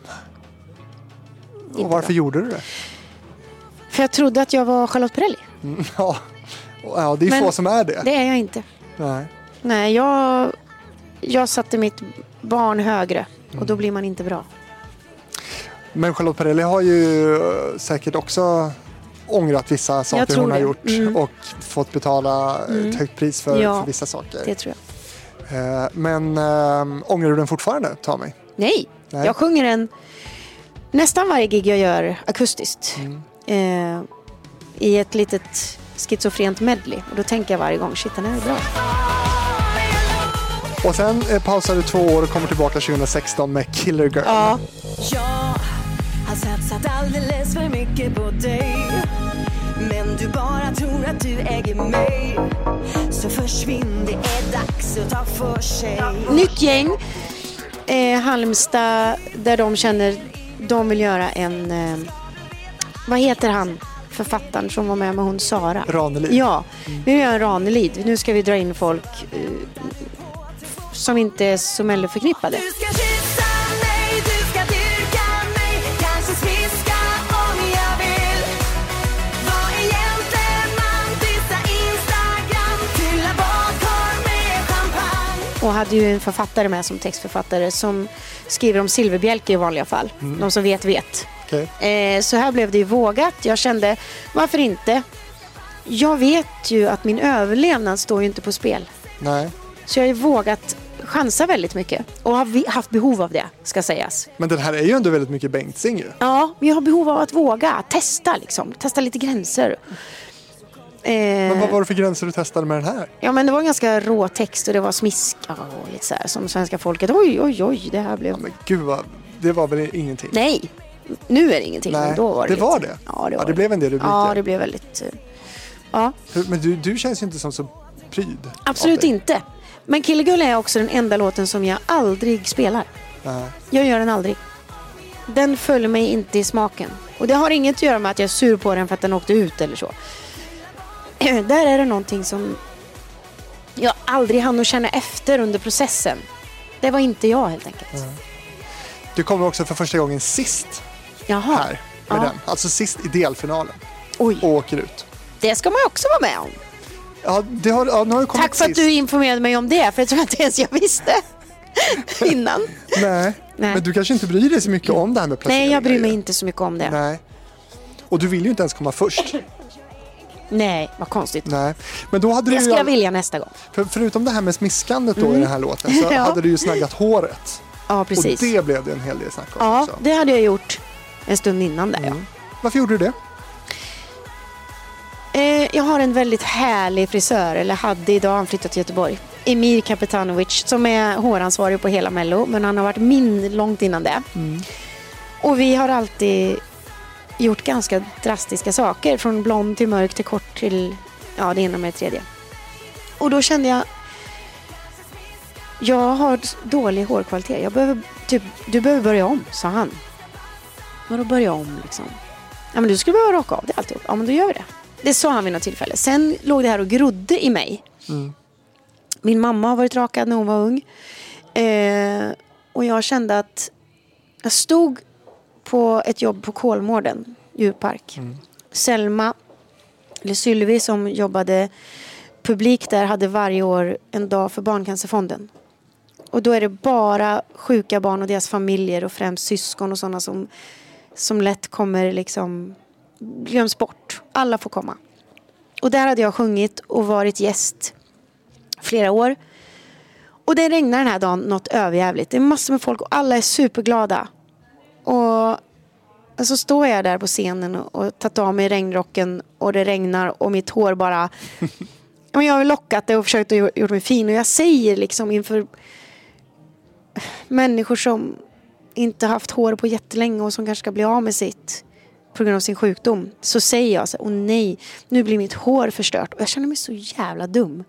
Och inte varför bra. Gjorde du det? För jag trodde att jag var Charlotte Perrelli. Mm, ja. ja, det är men få som är det. Det är jag inte. Nej. Nej, jag, jag satte mitt barn högre. Mm. Och då blir man inte bra. Men Charlotte Perrelli har ju säkert också ångrat vissa saker hon har det. gjort. Mm. Och fått betala mm. ett högt pris för, ja, för vissa saker. Det tror jag. Men äh, ångrar du den fortfarande, ta mig? Nej. Nej, jag sjunger den nästan varje gig jag gör akustiskt. Mm. Eh, I ett litet schizofrent medley. Och då tänker jag varje gång, shit, den är bra. Och sen eh, pausar du två år och kommer tillbaka tjugo sexton med Killer Girl. Ja. Jag har satsat alldeles för mycket på dig. Men du bara tror att du äger mig. Så försvinn, det är dags att ta för sig. Nytt gäng. Eh, Halmstad, där de känner de vill göra en... Eh, vad heter han? Författaren som var med med hon Sara. Ranelid. Ja, mm. vi gör en Ranelid. Nu ska vi dra in folk eh, som inte är så melloförknippade. Du ska kyssa mig, du ska dyrka mig, kanske smiska om jag vill. Vad är gentleman, dissa Instagram, fylla badkar med champagne. Och hade ju en författare med som textförfattare som skriver om silverbjälke i vanliga fall. Mm. De som vet, vet. Okay. Eh, så här blev det ju vågat. Jag kände, varför inte? Jag vet ju att min överlevnad står ju inte på spel. Nej. Så jag har ju vågat chansa väldigt mycket. Och har haft behov av det, ska sägas. Men den här är ju ändå väldigt mycket Bengtzing ju. Ja, men jag har behov av att våga. Testa liksom. Testa lite gränser. Eh, men vad var det för gränser du testade med den här? Ja, men det var en ganska rå text och det var smiska och lite så här. Som svenska folket, oj, oj, oj, det här blev... Ja, men gud vad, det var väl ingenting? Nej, nu är det ingenting. Nej, men då var det, det var det? Ja, det, var ja, det blev en del rubriker. Ja, det blev väldigt... Ja. Men du, du känns ju inte som så pryd. Absolut inte. Men Kiligull är också den enda låten som jag aldrig spelar. Uh-huh. Jag gör den aldrig. Den följer mig inte i smaken. Och det har inget att göra med att jag är sur på den för att den åkte ut eller så. Där är det någonting som jag aldrig hann att känna efter under processen. Det var inte jag helt enkelt. Uh-huh. Du kommer också för första gången sist Jaha. här med Ja. den. Alltså sist i delfinalen. Oj. Och åker ut. Det ska man också vara med om. Ja, det har, ja, nu har du kommit Tack för sist. att du informerade mig om det. För jag tror inte ens jag visste innan. Nej. Nej. Men du kanske inte bryr dig så mycket om det här med placeringar. Nej, jag bryr mig inte så mycket om det. Nej. Och du vill ju inte ens komma först. Nej, vad konstigt. Nej. Men då hade Det du ska ju, jag vilja nästa gång. för, förutom det här med smiskandet då i den här låten så Ja. hade du ju snaggat håret. Ja, precis. Och det blev det en hel del snack om Ja, också. det hade jag gjort en stund innan där. Ja. Varför gjorde du det? Eh, jag har en väldigt härlig frisör, eller hade idag, han flyttat till Göteborg. Emir Kapetanovic, som är håransvarig på hela Mello, men han har varit min långt innan det. Mm. Och vi har alltid gjort ganska drastiska saker, från blond till mörk till kort till ja, det ena med det tredje. Och då kände jag, jag har dålig hårkvalitet. Jag behöver, typ, du behöver börja om, sa han. Vadå börja om liksom? Ja, men du skulle behöva raka av det alltihop. Ja, men då gör vi det. Det sa han vid något tillfälle. Sen låg det här och grodde i mig. Mm. Min mamma har varit rakad när hon var ung. Eh, och jag kände att jag stod på ett jobb på Kolmården, djurpark. Mm. Selma, eller Sylvie som jobbade publik där, hade varje år en dag för Barncancerfonden. Och då är det bara sjuka barn och deras familjer och främst syskon och sådana som, som lätt kommer liksom glöms bort. Alla får komma. Och där hade jag sjungit och varit gäst flera år. Och det regnar den här dagen något överjävligt. Det är massor med folk och alla är superglada. Och, och så står jag där på scenen och, och tagit av mig regnrocken och det regnar och mitt hår bara... men jag har lockat det och försökt att göra mig fin. Och jag säger liksom inför människor som inte haft hår på jättelänge och som kanske ska bli av med sitt på grund av sin sjukdom, så säger jag så, åh nej, nu blir mitt hår förstört. Och jag känner mig så jävla dum.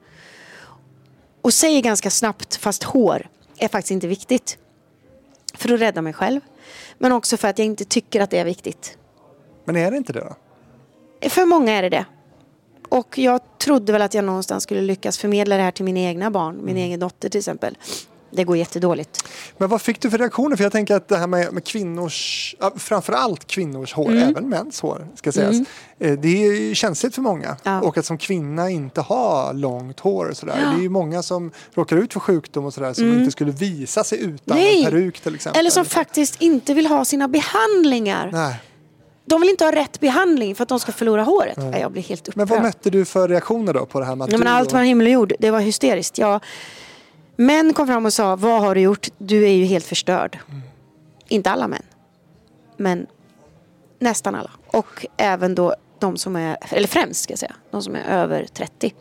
Och säger ganska snabbt, fast hår är faktiskt inte viktigt. För att rädda mig själv. Men också för att jag inte tycker att det är viktigt. Men är det inte det då? För många är det det. Och jag trodde väl att jag någonstans skulle lyckas förmedla det här till mina egna barn. Min mm. egen dotter till exempel. Det går jättedåligt. Men vad fick du för reaktioner? För jag tänker att det här med, med kvinnors, framförallt kvinnors hår, mm. även mäns hår ska sägas. Mm. Det är ju känsligt för många. Ja. Och att som kvinna inte ha långt hår och sådär. Ja. Det är ju många som råkar ut för sjukdom och sådär som mm. inte skulle visa sig utan Nej. en peruk till exempel. Eller som faktiskt inte vill ha sina behandlingar. Nej. De vill inte ha rätt behandling för att de ska förlora håret. Nej. Jag blir helt upprörd. Men vad mötte du för reaktioner då på det här med att Nej, men allt och... var himmel och jord. Det var hysteriskt. Jag... Män kom fram och sa, vad har du gjort? Du är ju helt förstörd. Mm. Inte alla män. Men nästan alla. Och även då de som är, eller främst ska jag säga, de som är över trettio.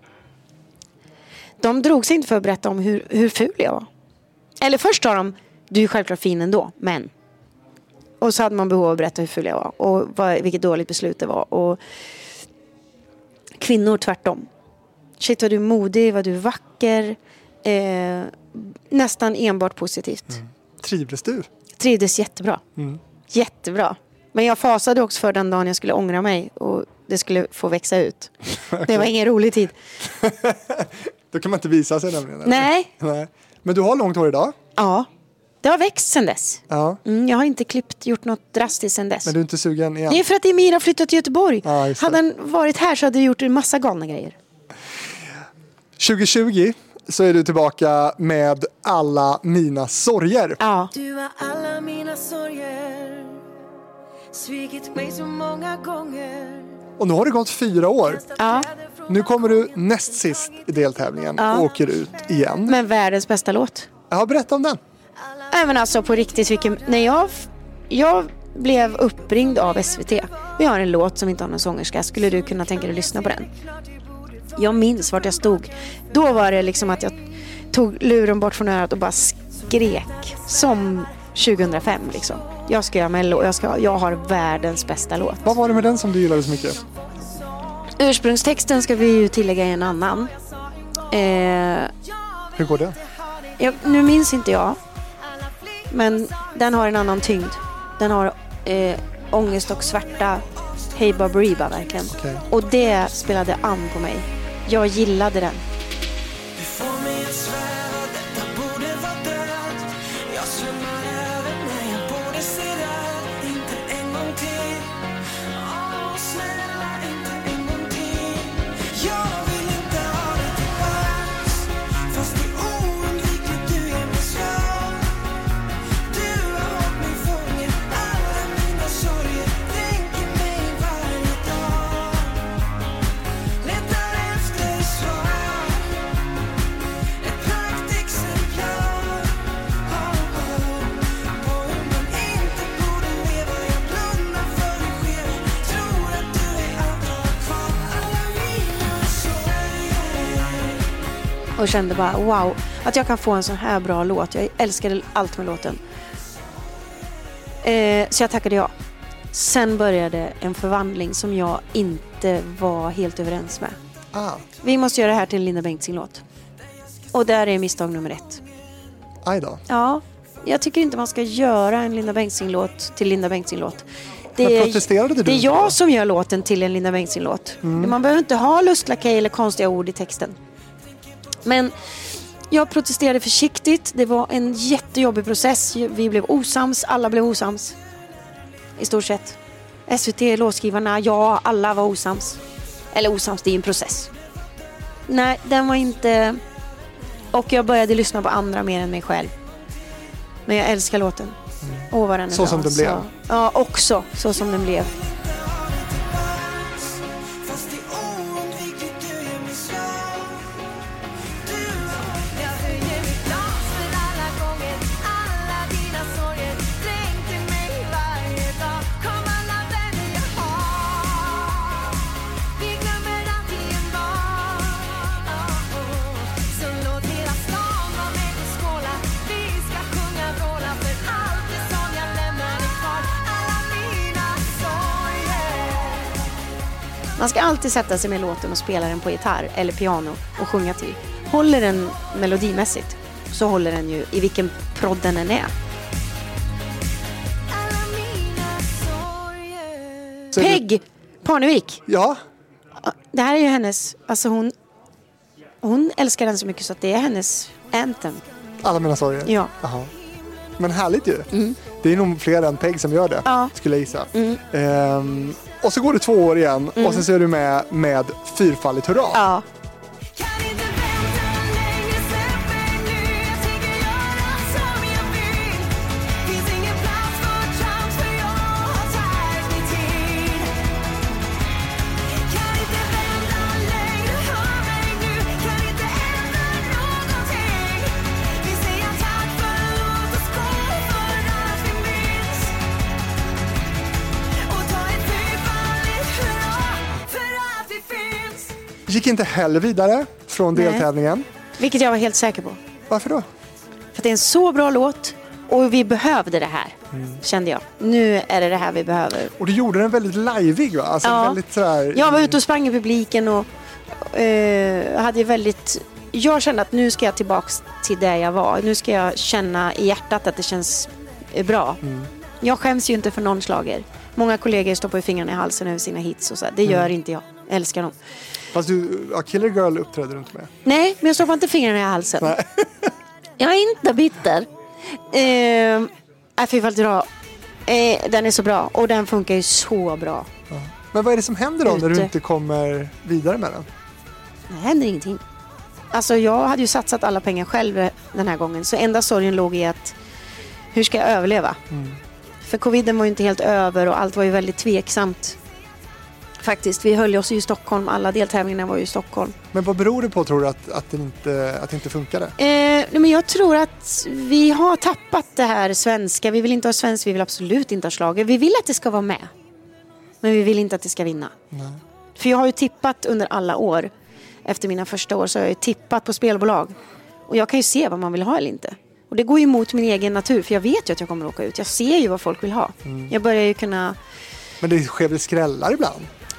De drog sig inte för att berätta om hur, hur ful jag var. Eller först sa de, du är självklart fin ändå, men. Och så hade man behov av att berätta hur ful jag var. Och vad, vilket dåligt beslut det var. Och kvinnor tvärtom. Shit, vad du är modig, vad du är vacker. Eh, nästan enbart positivt. Mm. Trivdes du? Trivdes jättebra. Mm. Jättebra. Men jag fasade också för den dagen jag skulle ångra mig och det skulle få växa ut. Det var ingen rolig tid. Då kan man inte visa sig nämligen. Nej. Nej. Men du har långt hår idag? Ja. Det har växt sedan dess. Ja. Mm, jag har inte klippt, gjort något drastiskt sedan dess. Men du är inte sugen igen? Det är för att Emir har flyttat till Göteborg. Ja, hade han varit här så hade jag gjort en massa galna grejer. tjugo tjugo så är du tillbaka med Alla mina sorger. Ja. Du har alla mina sorger, svikit mig så många gånger. Och nu har det gått fyra år. Ja. Nu kommer du näst sist i deltävlingen ja. och åker ut igen. Men världens bästa låt. Jag har berättat om den. Även alltså på riktigt, vilken, när jag, jag blev uppringd av S V T. Vi har en låt som inte har någon sångerska. Skulle du kunna tänka dig att lyssna på den? Jag minns vart jag stod. Då var det liksom att jag tog luren bort från örat och bara skrek. Som tjugohundrafem liksom. Jag ska göra Mello och jag, ska, jag har världens bästa låt. Vad var det med den som du gillade så mycket? Ursprungstexten ska vi ju tillägga en annan. Eh, Hur går det? Jag, nu minns inte jag. Men den har en annan tyngd. Den har eh, ångest och svärta. Hey Baberiba verkligen. Okay. Och det spelade an på mig. Jag gillade den. Och kände bara, wow, att jag kan få en sån här bra låt. Jag älskade allt med låten. Eh, så jag tackade ja. Sen började en förvandling som jag inte var helt överens med. Ah. Vi måste göra det här till en Linda Bengtzing-låt. Och där är misstag nummer ett. Aj då. Ja, jag tycker inte man ska göra en Linda Bengtzing-låt till Linda Bengtzing-låt. Det Men är, protesterade du det är inte jag då? som gör låten till en Linda Bengtzing-låt. Mm. Man behöver inte ha lustlakej eller konstiga ord i texten. Men jag protesterade försiktigt. Det var en jättejobbig process. Vi blev osams. Alla blev osams. I stort sett. S V T, låtskrivarna, ja, alla var osams. Eller osams, det är en process. Nej, den var inte... Och jag började lyssna på andra mer än mig själv. Men jag älskar låten. Mm. Åh, vad den är så bra. som den blev. Så, ja, också så som den blev. Man ska alltid sätta sig med låten och spela den på gitarr eller piano och sjunga till. Håller den melodimässigt så håller den ju i vilken prodd den än är. Peg Parnevik. Ja. Det här är ju hennes, alltså hon hon älskar den så mycket så att det är hennes anthem. Alla mina sorger. Ja. Aha. Men härligt ju. Mm. Det är nog fler än Peg som gör det, ja. skulle jag gissa. Mm. Ehm, och så går det två år igen mm. och sen så är du med med Fyrfaldigt hurra. Ja. Gick inte heller vidare från Nej. deltävlingen. Vilket jag var helt säker på. Varför då? För att det är en så bra låt och vi behövde det här, mm. kände jag. Nu är det det här vi behöver. Och du gjorde den väldigt liveig, va? Alltså ja. väldigt sådär... Jag var ute och sprang i publiken och uh, hade väldigt... Jag kände att nu ska jag tillbaks till där jag var. Nu ska jag känna i hjärtat att det känns bra. Mm. Jag skäms ju inte för någon slager. Många kollegor stoppar ju fingrarna i halsen över sina hits och så. Det gör mm. inte jag. Jag älskar dem. Fast du, ja, Killer Girl uppträdde du inte med? Nej, men jag stoppar inte fingrarna i halsen. Nej. Jag är inte bitter. Eh, äh, Fyrfaldigt hurra. Eh, den är så bra. Och den funkar ju så bra. Ja. Men vad är det som händer då Ute. när du inte kommer vidare med den? Det händer ingenting. Alltså jag hade ju satsat alla pengar själv den här gången. Så enda sorgen låg i att hur ska jag överleva? Mm. För coviden var ju inte helt över och allt var ju väldigt tveksamt. Faktiskt, vi höll oss ju i Stockholm. Alla deltävlingarna var ju i Stockholm. Men vad beror det på, tror du, att, att, det, inte, att det inte funkade? Eh, men jag tror att vi har tappat det här svenska. Vi vill inte ha svensk, vi vill absolut inte ha schlager. Vi vill att det ska vara med. Men vi vill inte att det ska vinna. Nej. För jag har ju tippat under alla år. Efter mina första år så har jag ju tippat på spelbolag. Och jag kan ju se vad man vill ha eller inte. Och det går ju emot min egen natur. För jag vet ju att jag kommer att åka ut. Jag ser ju vad folk vill ha. Mm. Jag börjar ju kunna... Men det sker väl skrällar ibland?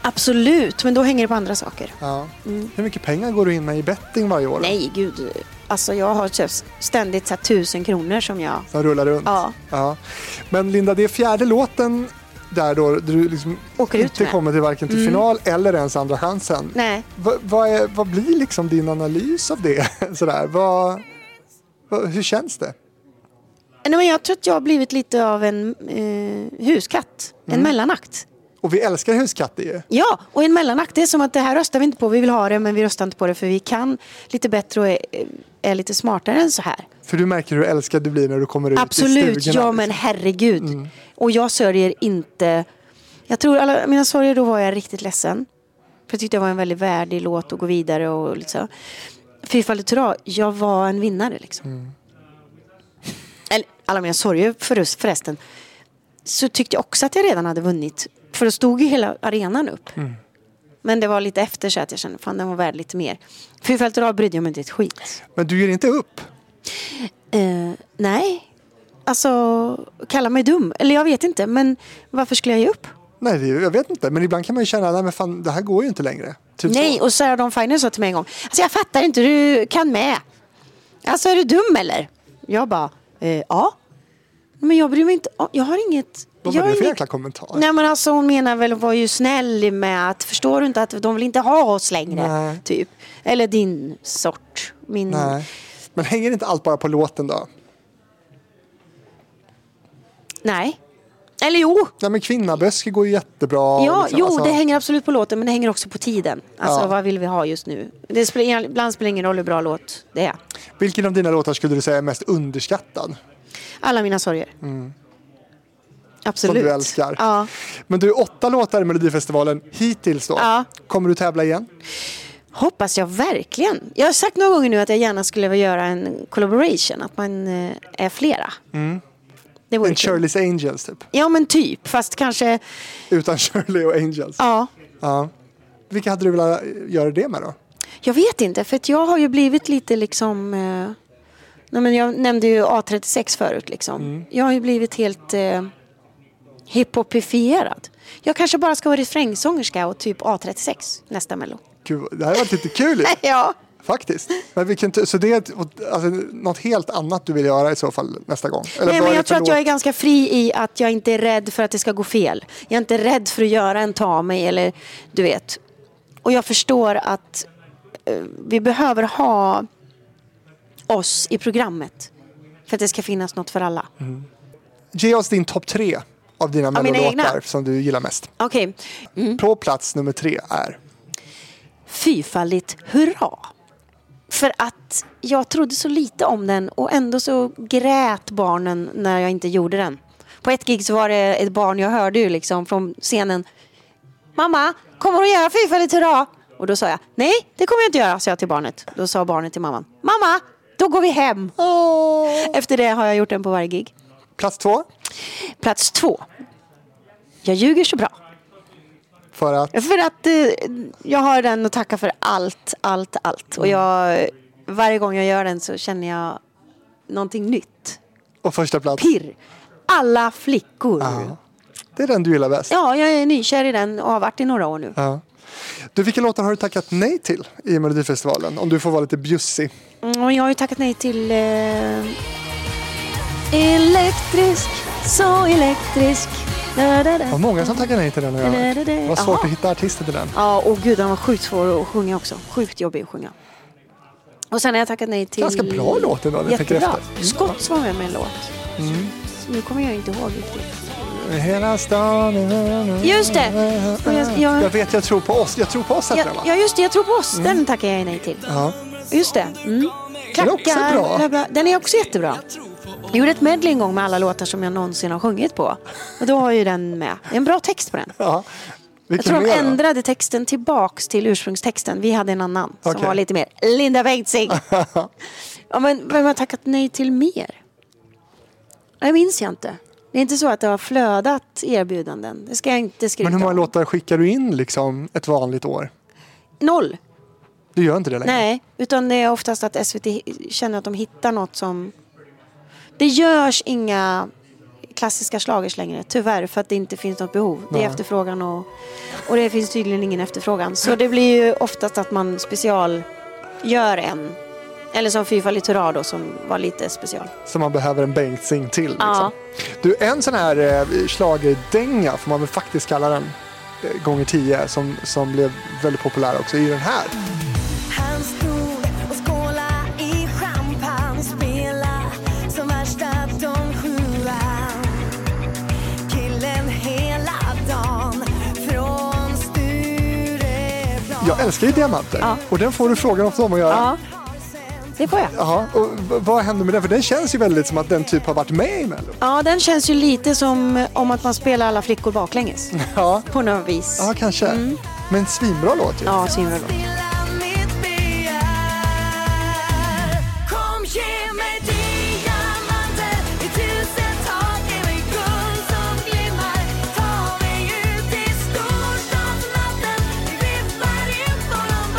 Absolut, men då hänger det på andra saker. Ja. Mm. Hur mycket pengar går du in med i betting varje år? Nej, gud. Alltså jag har köpt ständigt så här, tusen kronor som jag... Som rullar runt? Ja. ja. Men Linda, det är fjärde låten där då du liksom Åker ut inte med. kommer till varken till mm. final eller ens andra chansen. Nej. Va, vad, är, vad blir liksom din analys av det? Sådär, vad, vad, hur känns det? Nej, men jag tror att jag har blivit lite av en eh, huskatt. En mm. mellanakt. Och vi älskar huskatter ju. Ja, och en mellanakt, det är som att det här röstar vi inte på. Vi vill ha det, men vi röstar inte på det för vi kan lite bättre och är, är lite smartare än så här. För du märker hur älskad du blir när du kommer ut Absolut, i stugorna. ja men herregud. Mm. Och jag sörjer inte... Jag tror alla mina sorger, då var jag riktigt ledsen. För jag tyckte det var en väldigt värdig låt att gå vidare och lite så. Fyrfaldigt hurra, jag var en vinnare liksom. Mm. Eller alla mina sorger för, förresten. Så tyckte jag också att jag redan hade vunnit. För då stod ju hela arenan upp. Mm. Men det var lite efter så att jag kände fan den var värd lite mer. Fyrfaldigt hurra brydde jag mig inte ett skit. Men du ger inte upp? Uh, nej. Alltså, kalla mig dum. Eller jag vet inte, men varför skulle jag ge upp? Nej, det, jag vet inte. Men ibland kan man ju känna, nej men fan, det här går ju inte längre. Typ nej, så. Och Sarah Dawn Finer sa till mig en gång. Alltså jag fattar inte, du kan med. Alltså är du dum eller? Jag bara, eh, ja. Men jag bryr mig inte, jag har inget... Vad var det för jäkla kommentar? Nej men alltså hon menar väl, var ju snäll med att, förstår du inte att de vill inte ha oss längre? Nej. Typ. Eller din sort. Min... Nej. Men hänger inte allt bara på låten då? Nej. Eller jo. Nej men Kvinnaböske går ju jättebra. Ja, liksom. jo alltså... det hänger absolut på låten, men det hänger också på tiden. Alltså ja. Vad vill vi ha just nu? Det spelar, ibland spelar ingen roll hur bra låt det är. Vilken av dina låtar skulle du säga är mest underskattad? Alla mina sorger. Mm. Absolut. Som du älskar. Ja. Men du är åtta låtar i Melodifestivalen hittills då. Ja. Kommer du tävla igen? Hoppas jag verkligen. Jag har sagt några gånger nu att jag gärna skulle vilja göra en collaboration. Att man eh, är flera. Mm. Det vore en Shirley's Angels typ? Ja men typ. Fast kanske... Utan Shirley och Angels? Ja. ja. Vilka hade du velat göra det med då? Jag vet inte. För att jag har ju blivit lite liksom... Eh... Nej, men jag nämnde ju A trettiosex förut liksom. Mm. Jag har ju blivit helt... Eh... hiphopifierad. Jag kanske bara ska vara refrängsångerska och typ A trettiosex nästa mello. Gud, det här var lite kul. Ja. Faktiskt. Men vilken, så det är alltså, något helt annat du vill göra i så fall nästa gång? Eller nej, men jag tror att jag är ganska fri i att jag inte är rädd för att det ska gå fel. Jag är inte rädd för att göra en ta mig eller du vet. Och jag förstår att uh, vi behöver ha oss i programmet för att det ska finnas något för alla. Mm. Ge oss din topp tre av dina mellolåtar som du gillar mest. Okej. Okay. Mm. På plats nummer tre är Fyrfaldigt hurra. För att jag trodde så lite om den och ändå så grät barnen när jag inte gjorde den. På ett gig så var det ett barn, jag hörde ju liksom från scenen: mamma, kommer du göra Fyrfaldigt hurra? Och då sa jag, nej det kommer jag inte göra, sa jag till barnet. Då sa barnet till mamman, mamma, då går vi hem. Oh. Efter det har jag gjort den på varje gig. Plats två? Plats två. Jag ljuger så bra. För att? För att eh, jag har den att tacka för allt, allt, allt. Och jag, varje gång jag gör den så känner jag någonting nytt. Och första plats? Pirr. Alla flickor. Aha. Det är den du gillar bäst? Ja, jag är nykär i den och har varit i några år nu. Ja. Du, vilka låtar har du tackat nej till i Melodifestivalen? Om du får vara lite bjussig. Mm, jag har ju tackat nej till eh, Elektrisk, så elektrisk. Det var många som tackade nej till den. Det var svårt Aha. att hitta artister till den. Ja, och gud, den var sjukt svår att sjunga också. Sjukt jobbig att sjunga. Och sen har jag tackat nej till... Ganska bra låt ändå. Jättebra. Skotts var med med en låt. Mm. Nu kommer jag inte ihåg riktigt. Hela stan. Just det. Jag, jag... jag vet, jag tror på oss. Jag tror på oss. Ja, ja just det, jag tror på oss. Mm. Den tackar jag nej till. Ja. Just det. Mm. Den är också bra. Den är också jättebra. Jag gjorde ett medley en gång med alla låtar som jag någonsin har sjungit på. Och då har ju den med. Det är en bra text på den. Ja. Jag tror de ändrade texten tillbaks till ursprungstexten. Vi hade en annan som okay. var lite mer Linda Bengtzing. Ja, men vem har tackat nej till mer? Jag minns jag inte. Det är inte så att det har flödat erbjudanden. Det ska jag inte skriva. Men hur många låtar skickar du in liksom ett vanligt år? Noll. Du gör inte det längre? Nej, utan det är oftast att S V T känner att de hittar något som... Det görs inga klassiska schlagers längre. Tyvärr, för att det inte finns något behov. Det är Nej. efterfrågan och, och det finns tydligen ingen efterfrågan. Så det blir ju oftast att man special gör en. Eller som Fyrfaldigt hurra då, som var lite special. Så man behöver en Bengtzing till. Liksom. Ja. Du, en sån här eh, schlagerdänga, får man väl faktiskt kalla den, eh, gånger tio, som, som blev väldigt populär också, i den här. Han stod och skåla i champagne, spela som värsta Don Juan. Killen hela dagen från Stureplan. Jag älskar ju diamanter. Ja. Och den får du frågan om att göra. Ja, det får jag. Jaha, och v- vad händer med den? För den känns ju väldigt som att den typ har varit med i Mello. Ja, den känns ju lite som om att man spelar alla flickor baklänges. Ja, På något vis. ja kanske. Mm. Men svinbra låt ju. Ja, svinbra låt. Stilla mitt begär. Kom, ge mig diamanter i tusen tak, ge mig guld som glimmar. Ta mig ut i storstadsnatten, vi vippar in på någon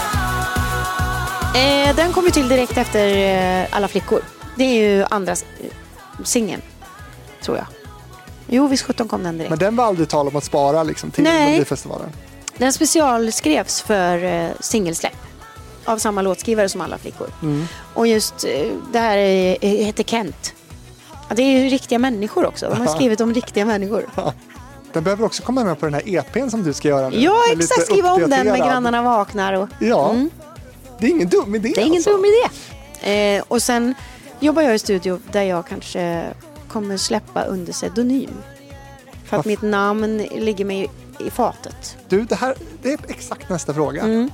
bar. Eh, den kom ju till direkt efter eh, Alla flickor. Det är ju andra eh, singeln, tror jag. Jo, visst sjutton kom den direkt. Men den var aldrig tal om att spara liksom, till Nej. Melodifestivalen. Den specialskrevs för eh, singelsläpp av samma låtskrivare som Alla flickor. Mm. Och just eh, det här eh, heter Kent. Ja, det är ju riktiga människor också. De har skrivit om riktiga människor. Den behöver också komma med på den här E P:n som du ska göra nu. Ja, Med lite exakt. Skriva om den med uppdaterad. Grannarna vaknar. Och, Ja, Mm. det är ingen dum idé. det är ingen alltså. dum idé. Eh, och sen jobbar jag i studio där jag kanske kommer släppa under pseudonym. För att Varför? mitt namn ligger mig i fatet. Du, det här det är exakt nästa fråga. Mm.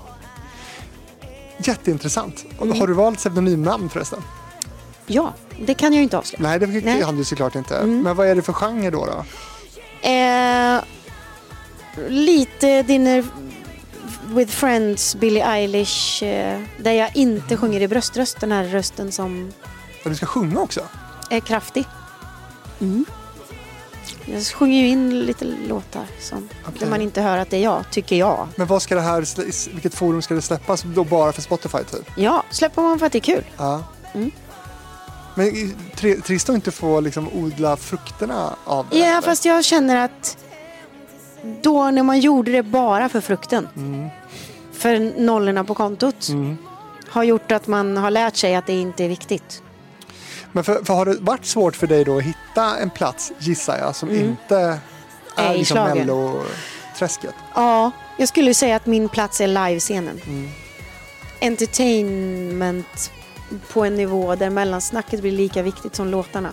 Jätteintressant. Har du valt pseudonymnamn förresten? Ja, det kan jag ju inte avslöja. Nej, det Nej. hann du såklart inte. Mm. Men vad är det för genre då? då? Eh, lite Dinner with Friends, Billie Eilish, eh, där jag inte sjunger i bröströst, den här rösten som Och du ska sjunga också? är kraftig. Mm. Jag sjunger ju in lite låtar som Okej. där man inte hör att det är jag, tycker jag. Men vad ska det här, slä- vilket forum ska det släppas då, bara för Spotify typ? Ja, släpper man för att det är kul. Ja. Mm. Men i- tri- trist att inte få liksom odla frukterna av det. Ja, eller? fast jag känner att då när man gjorde det bara för frukten, Mm. för nollorna på kontot, Mm. har gjort att man har lärt sig att det inte är viktigt. Men för, för har det varit svårt för dig då att hitta en plats, gissar jag, som Mm. inte är Är i liksom schlager. Mello-träsket? Ja, jag skulle säga att min plats är livescenen. Mm. Entertainment på en nivå där mellansnacket blir lika viktigt som låtarna.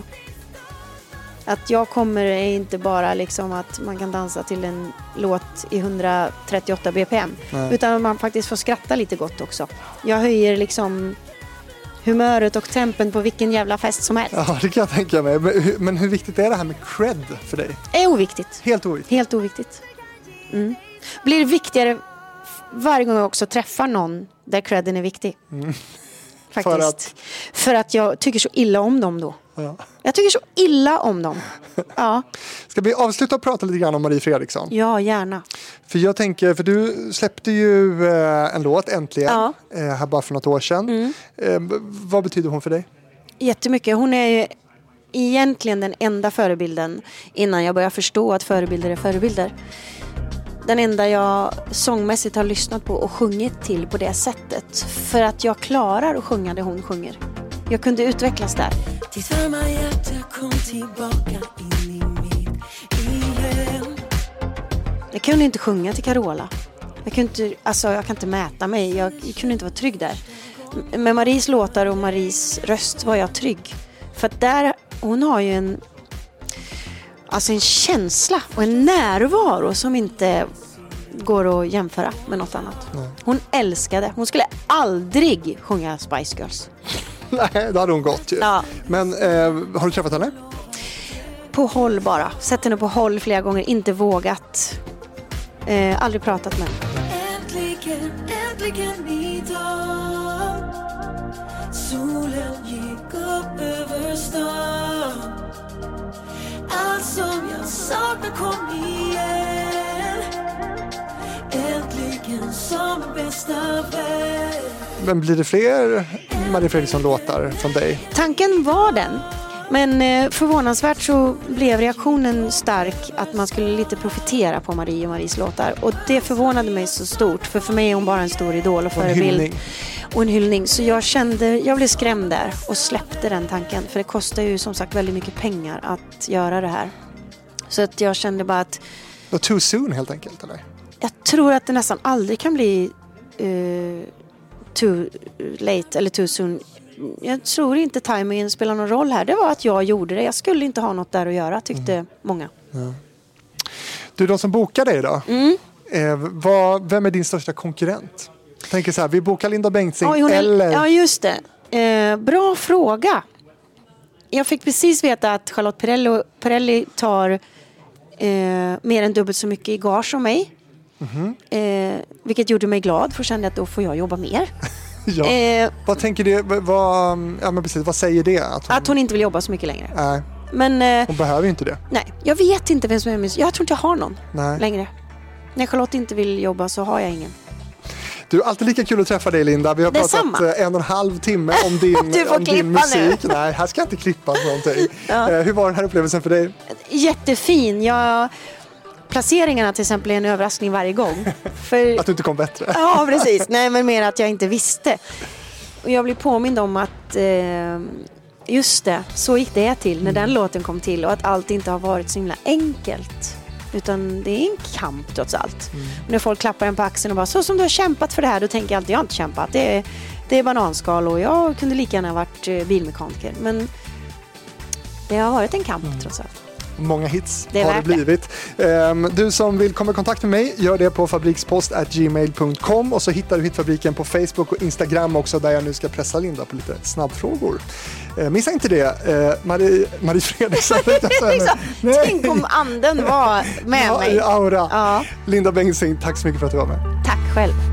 Att jag kommer är inte bara liksom att man kan dansa till en låt i hundratrettioåtta B P M. Nej. Utan att man faktiskt får skratta lite gott också. Jag höjer liksom humöret och tempen på vilken jävla fest som helst. Ja, det kan jag tänka mig. Men hur, men hur viktigt är det här med cred för dig? Det är oviktigt. Helt oviktigt. Helt oviktigt. Mm. Blir viktigare f- varje gång jag också träffar någon där credden är viktig. Mm. Faktiskt. För att- För att jag tycker så illa om dem då. Ja. Jag tycker så illa om dem. Ja, Ska vi avsluta och prata lite grann om Marie Fredriksson? ja gärna. För jag tänker, för du släppte ju eh, en låt äntligen Ja. eh, här bara för något år sedan. Mm. Eh, b- vad betyder hon för dig? Jättemycket. Hon är ju egentligen den enda förebilden innan jag börjar förstå att förebilder är förebilder. Den enda jag sångmässigt har lyssnat på och sjungit till på det sättet. För att jag klarar att sjunga det hon sjunger. Jag kunde utvecklas där. Ditt varma hjärta kom tillbaka in i mitt igen. Jag kunde inte sjunga till Carola. Jag kunde inte, alltså jag kan inte mäta mig. Jag, jag kunde inte vara trygg där. M- Med Maries låtar och Maries röst var jag trygg. För att där, hon har ju en, alltså en känsla och en närvaro som inte går att jämföra med något annat. Nej. Hon älskade. Hon skulle aldrig sjunga Spice Girls. Nej, då hade hon gått ju. Ja. Men eh, har du träffat henne? På håll bara. Sett henne på håll flera gånger. Inte vågat. Eh, aldrig pratat med henne. Äntligen, äntligen idag. Solen gick upp över stan. Allt som jag saknar kom igen. Äntligen som bästa vän. Men blir det fler Marie Fredriksson-låtar från dig? Tanken var den. Men eh, förvånansvärt så blev reaktionen stark att man skulle lite profitera på Marie och Maries låtar. Och det förvånade mig så stort, för för mig är hon bara en stor idol och förebild. Och en hyllning. Så jag kände, jag blev skrämd där och släppte den tanken. För det kostar ju som sagt väldigt mycket pengar att göra det här. Så att jag kände bara att... Det var too soon helt enkelt, eller? Jag tror att det nästan aldrig kan bli uh, too late eller too soon. Jag tror inte timingen spelar någon roll här. Det var att jag gjorde det. Jag skulle inte ha något där att göra, tyckte mm. många. Ja. Du, de som bokar dig då? Mm. Eh, vad, vem är din största konkurrent? Jag tänker så här, vi bokar Linda Bengtzing ja, eller... Är, ja, just det. Eh, bra fråga. Jag fick precis veta att Charlotte Perrelli, Perrelli tar eh, mer än dubbelt så mycket i gage som mig. Mm-hmm. Eh, vilket gjorde mig glad, för kände att då får jag jobba mer. ja. eh, vad tänker du, vad, ja, men precis, vad säger det? Att hon, att hon inte vill jobba så mycket längre. Nej. Men, eh, hon behöver ju inte det. Nej, jag vet inte vem som är min... Jag tror inte jag har någon nej. längre. När Charlotte inte vill jobba så har jag ingen. Du, alltid lika kul att träffa dig, Linda. Vi har pratat samma. en och en halv timme om din, om din musik. Nu. Nej, här ska jag inte klippa någonting. ja. eh, hur var den här upplevelsen för dig? Jättefin. Jag... Placeringarna till exempel är en överraskning varje gång. För... Att du inte kom bättre. Ja, precis. Nej, men mer att jag inte visste. Och jag blir påmind om att eh, just det, så gick det till när mm. den låten kom till. Och att allt inte har varit så himla enkelt. Utan det är en kamp trots allt. Mm. Och när folk klappar en på axeln och bara, så som du har kämpat för det här, då tänker jag alltid, jag har inte kämpat. Det är, det är bananskal och jag kunde lika gärna ha varit bilmekaniker. Men det har varit en kamp mm. trots allt. Många hits det har det blivit. Um, du som vill komma i kontakt med mig, gör det på fabrikspost at gmail punkt com och så hittar du Hitfabriken på Facebook och Instagram också, där jag nu ska pressa Linda på lite snabbfrågor. Uh, missa inte det. Uh, Marie, Marie Fredriksson. Tänk om anden var med ja, mig. Aura. Ja. Linda Bengtzing, tack så mycket för att du var med. Tack själv.